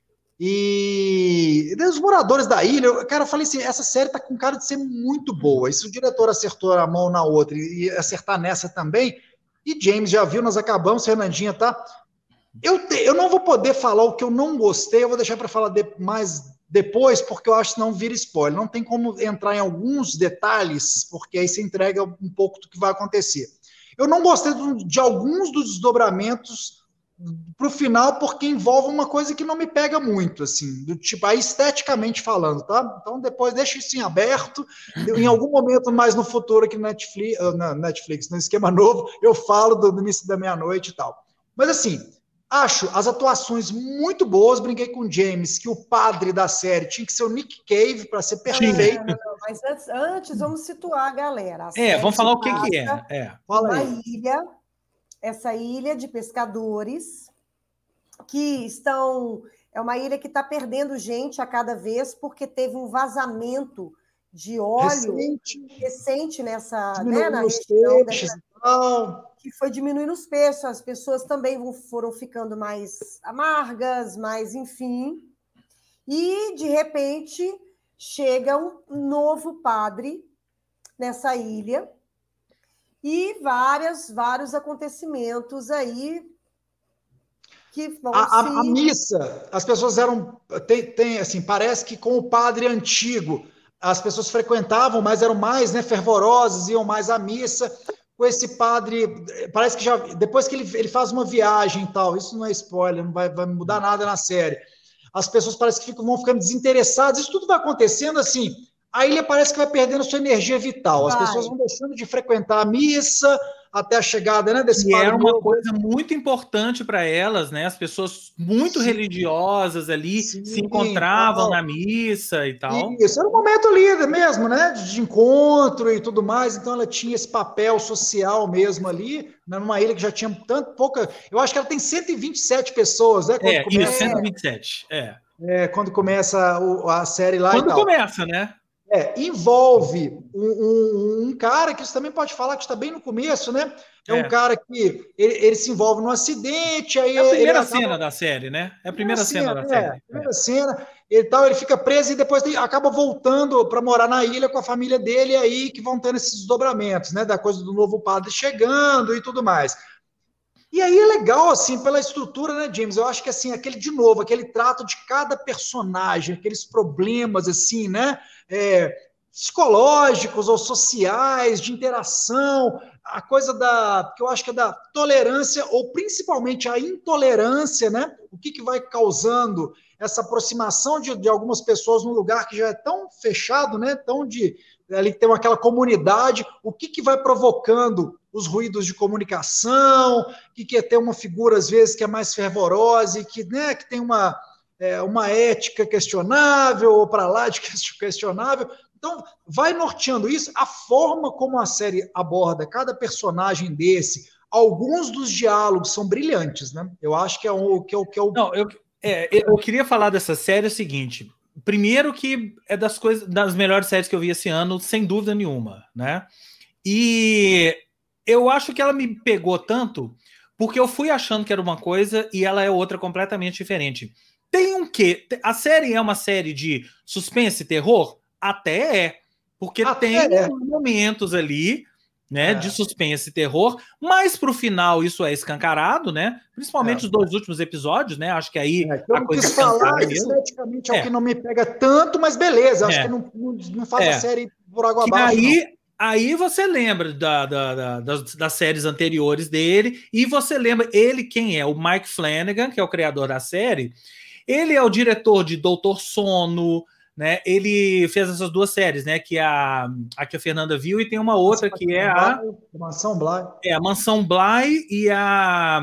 E os moradores da ilha, eu, cara, eu falei assim, essa série tá com cara de ser muito boa, e se o diretor acertou a mão na outra e acertar nessa também, e James já viu, nós acabamos, Fernandinha, tá? Eu, te, eu não vou poder falar o que eu não gostei, eu vou deixar para falar de, mais depois, porque eu acho que não vira spoiler, não tem como entrar em alguns detalhes, porque aí você entrega um pouco do que vai acontecer. Eu não gostei de, de alguns dos desdobramentos pro final, porque envolve uma coisa que não me pega muito, assim, do tipo, aí esteticamente falando, tá? Então depois deixa isso em aberto, eu, em algum momento mais no futuro aqui no Netflix, na Netflix, no esquema novo, eu falo do início da meia-noite e tal. Mas assim, acho as atuações muito boas, brinquei com o James, que o padre da série tinha que ser o Nick Cave para ser perfeito. Não, não, não, mas antes, antes vamos situar a galera. A é, vamos falar o que que é. é. Fala aí. Uma ilha, essa ilha de pescadores que estão... É uma ilha que está perdendo gente a cada vez porque teve um vazamento de óleo recente, recente nessa, né, na região dessa, que foi diminuindo os peixes. As pessoas também foram ficando mais amargas, mais enfim. E, de repente, chega um novo padre nessa ilha e várias, vários acontecimentos aí que vão a, se... a, a missa, as pessoas eram... Tem, tem, assim, parece que com o padre antigo, as pessoas frequentavam, mas eram mais, né, fervorosas, iam mais à missa. Com esse padre, parece que já... Depois que ele, ele faz uma viagem e tal, isso não é spoiler, não vai, vai mudar nada na série. As pessoas parece que ficam, vão ficando desinteressadas, isso tudo vai acontecendo assim... A ilha parece que vai perdendo sua energia vital. As vai. pessoas vão deixando de frequentar a missa até a chegada, né, desse E padre. Era uma coisa muito importante para elas, né? As pessoas muito Sim. religiosas ali Sim, se encontravam tal. na missa e tal. Isso, era um momento ali mesmo, né? De encontro e tudo mais. Então ela tinha esse papel social mesmo ali, numa ilha que já tinha tanto pouca. Eu acho que ela tem cento e vinte e sete pessoas, né? Quando é, começa... isso, cento e vinte e sete. É. É, quando começa a série lá. Quando e tal. começa, né? É, envolve um, um, um cara que você também pode falar que está bem no começo, né? É, é. um cara que ele, ele se envolve num acidente, aí é a primeira ele cena acaba... da série, né? É a primeira, primeira cena, cena da é, série. Primeira é. cena, ele tal, ele fica preso e depois tem, acaba voltando para morar na ilha com a família dele, aí que vão tendo esses desdobramentos, né? Da coisa do novo padre chegando e tudo mais. E aí é legal, assim, pela estrutura, né, James? Eu acho que, assim, aquele, de novo, aquele trato de cada personagem, aqueles problemas, assim, né, é, psicológicos ou sociais, de interação, a coisa da, que eu acho que é da tolerância, ou principalmente a intolerância, né? O que, que vai causando essa aproximação de, de algumas pessoas num lugar que já é tão fechado, né, tão de... ali tem aquela comunidade, o que, que vai provocando os ruídos de comunicação, que quer ter uma figura, às vezes, que é mais fervorosa e que, né, que tem uma, é, uma ética questionável, ou para lá de questionável. Então, vai norteando isso, a forma como a série aborda cada personagem desse, alguns dos diálogos são brilhantes, né? Eu acho que é o que é o... Que é o... Não, eu, é, eu queria falar dessa série o seguinte, primeiro que é das coisas, das melhores séries que eu vi esse ano, sem dúvida nenhuma, né? E eu acho que ela me pegou tanto porque eu fui achando que era uma coisa e ela é outra completamente diferente. Tem um quê? A série é uma série de suspense e terror? Até é. Porque Até tem é. momentos ali, né, é. de suspense e terror, mas pro final isso é escancarado, né? Principalmente é. os dois últimos episódios, né? Acho que aí é, eu a coisa quis falar esteticamente é o que não me pega tanto, mas beleza, acho é. que não, não, não faz a série por água que abaixo. Aí, aí você lembra da, da, da, das, das séries anteriores dele, e você lembra ele quem é? O Mike Flanagan, que é o criador da série. Ele é o diretor de Doutor Sono, né? Ele fez essas duas séries, né? Que a, a que a Fernanda viu, e tem uma outra que é a Mansão Bly. É a Mansão Bly e a,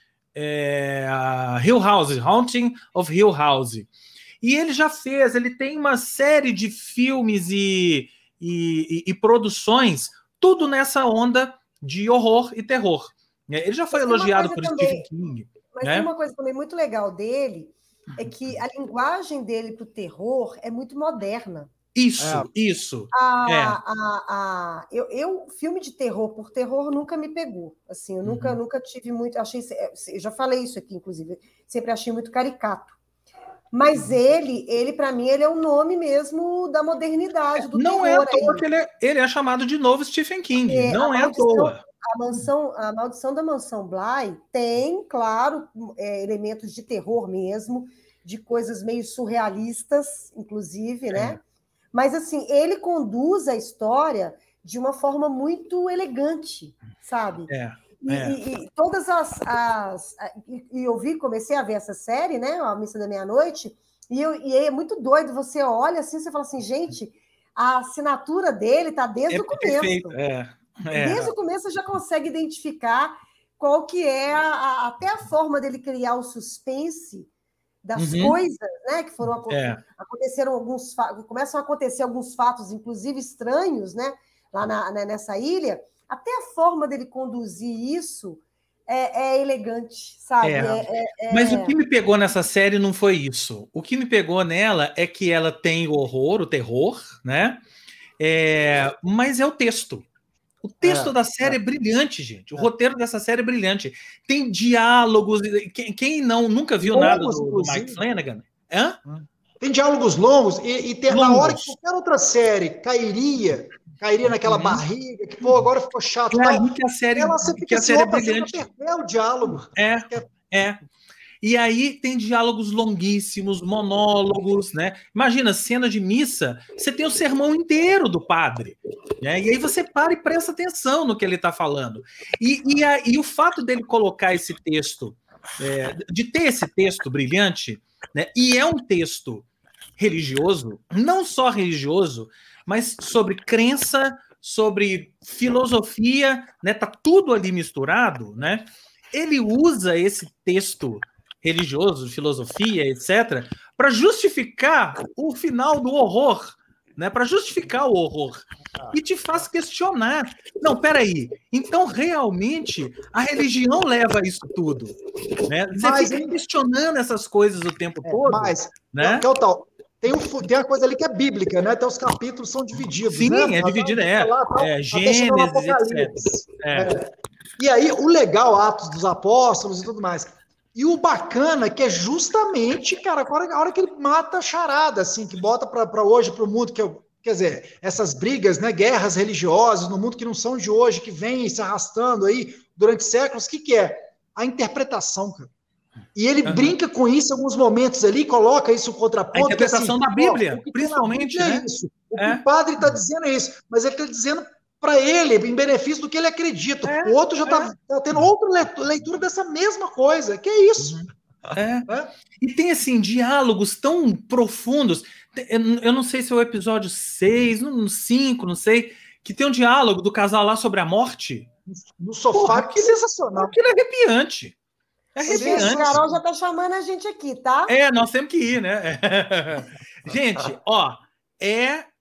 é, a Hill House, Haunting of Hill House. E ele já fez, ele tem uma série de filmes e, e, e, e produções, tudo nessa onda de horror e terror. Ele já foi elogiado por também, Stephen King. Mas né? tem uma coisa também muito legal dele, é que a linguagem dele para o terror é muito moderna. Isso, é. isso. A, é. a, a, eu, eu, filme de terror por terror nunca me pegou. Assim, eu uhum. nunca, nunca tive muito. Achei, eu já falei isso aqui, inclusive, sempre achei muito caricato. Mas ele, ele para mim, ele é o nome mesmo da modernidade do não terror. Não é à toa que ele é, ele é chamado de novo Stephen King. É, não é à toa. A, mansão, a Maldição da Mansão Bly tem, claro, é, elementos de terror mesmo, de coisas meio surrealistas, inclusive, é. né? Mas, assim, ele conduz a história de uma forma muito elegante, sabe? É. E, é. e, e todas as... as e, e eu vi, comecei a ver essa série, né? A Missa da Meia-Noite, e, eu, e é muito doido. Você olha assim, você fala assim, gente, a assinatura dele está desde é o começo. Perfeito. É. É. Desde o começo você já consegue identificar qual que é a, a, até a forma dele criar o suspense das uhum. coisas, né, que foram é. aconteceram alguns começam a acontecer alguns fatos, inclusive estranhos, né, lá na, né, nessa ilha. Até a forma dele conduzir isso é, é elegante, sabe? É. É, é, Mas o que me pegou nessa série não foi isso. O que me pegou nela é que ela tem o horror, o terror, né? É, mas é o texto. O texto é, da série é. é brilhante, gente. O é. roteiro dessa série é brilhante. Tem diálogos. Quem, quem não nunca viu longos, nada do, do Mike Flanagan? Hã? Tem diálogos longos e, e tem, longos. Na hora que qualquer outra série cairia, cairia naquela uhum. barriga, que pô, agora ficou chato. É tal. ali que a série, Ela, você fica que a assim, série é opa, brilhante. Você vai perder o diálogo. É, é. E aí tem diálogos longuíssimos, monólogos, né? Imagina, cena de missa, você tem o sermão inteiro do padre, né? E aí você para e presta atenção no que ele está falando. E, e, a, e o fato dele colocar esse texto, é, de ter esse texto brilhante, né? E é um texto religioso, não só religioso, mas sobre crença, sobre filosofia, né? Tá tudo ali misturado, né? Ele usa esse texto religioso, de filosofia, etcétera, para justificar o final do horror, né? Para justificar o horror. E te faz questionar. Não, peraí. Então, realmente, a religião leva isso tudo. Né? Você mas, fica questionando essas coisas o tempo é, todo. Mas, né? que é o tal... Tem, um, tem a coisa ali que é bíblica, né? Até os capítulos são divididos. Sim, né? é dividido, é. Lá, tal, é Gênesis, etcétera. É. É. E aí, o legal, Atos dos Apóstolos e tudo mais. E o bacana que é justamente, cara, a hora, a hora que ele mata a charada, assim, que bota para hoje, para o mundo, que eu, quer dizer, essas brigas, né, guerras religiosas no mundo que não são de hoje, que vem se arrastando aí durante séculos, o que, que é? A interpretação, cara. E ele uhum. brinca com isso em alguns momentos ali, coloca isso em contraponto. A interpretação que, assim, da Bíblia, ó, principalmente, Bíblia né? É isso. O é. que o padre está dizendo é isso, mas ele está dizendo para ele, em benefício do que ele acredita. É, o outro já está é. tá tendo outra leitura dessa mesma coisa. Que é isso? É. É. E tem, assim, diálogos tão profundos. Eu não sei se é o episódio seis, no cinco, não sei, que tem um diálogo do casal lá sobre a morte. No sofá, Porra, que sensacional. Aquilo é arrepiante. É arrepiante. A Carol já está chamando a gente aqui, tá? É, nós temos que ir, né? Gente, ó, é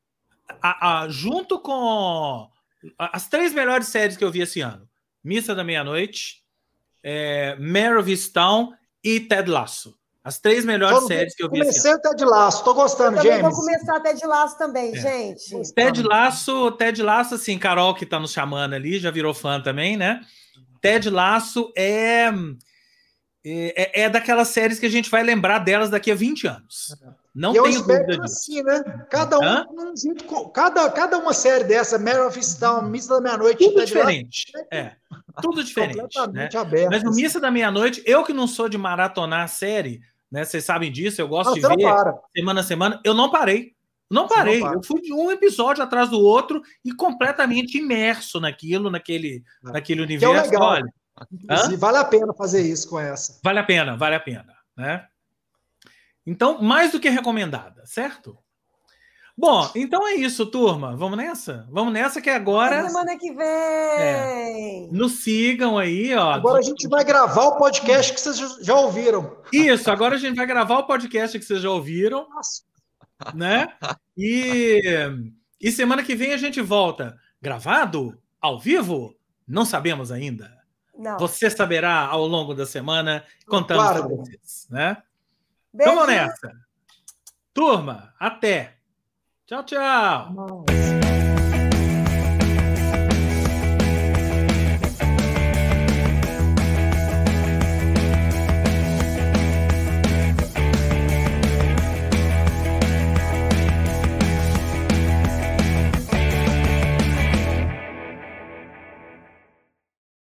a, a, junto com as três melhores séries que eu vi esse ano: Missa da Meia-Noite, é, Mare of Easttown e Ted Lasso. As três melhores tô, séries que eu vi esse ano. Comecei Ted Lasso, tô gostando, eu James. Vou começar Ted Lasso também, é. gente. Ted Lasso, Ted Lasso, assim, Carol que tá nos chamando ali, já virou fã também, né? Ted Lasso é, é, é daquelas séries que a gente vai lembrar delas daqui a vinte anos. Não e tenho eu dúvida disso. Assim, né? Cada, um, um, cada, cada uma série dessa, Mare of Easttown, Missa da Meia-Noite... Tudo Ted diferente, Lasso, é. Tudo diferente. Completamente né? aberto. Mas no assim. Missa da Meia-Noite, eu que não sou de maratonar a série, né? Vocês sabem disso, eu gosto não, de ver semana a semana, eu não parei. Não parei, não eu fui de um episódio atrás do outro e completamente imerso naquilo, naquele, é. naquele universo. Que é legal. Olha, vale a pena fazer isso com essa. Vale a pena, vale a pena, né? Então, mais do que recomendada, certo? Bom, então é isso, turma. Vamos nessa? Vamos nessa que agora... Até semana que vem! É, nos sigam aí, ó. Agora a gente vai gravar o podcast que vocês já ouviram. Isso, agora a gente vai gravar o podcast que vocês já ouviram. Nossa. Né? E, e semana que vem a gente volta. Gravado? Ao vivo? Não sabemos ainda. Não. Você saberá ao longo da semana, contando claro. para vocês, né? Beijo. Então vamos nessa. Turma, até. Tchau, tchau. Não.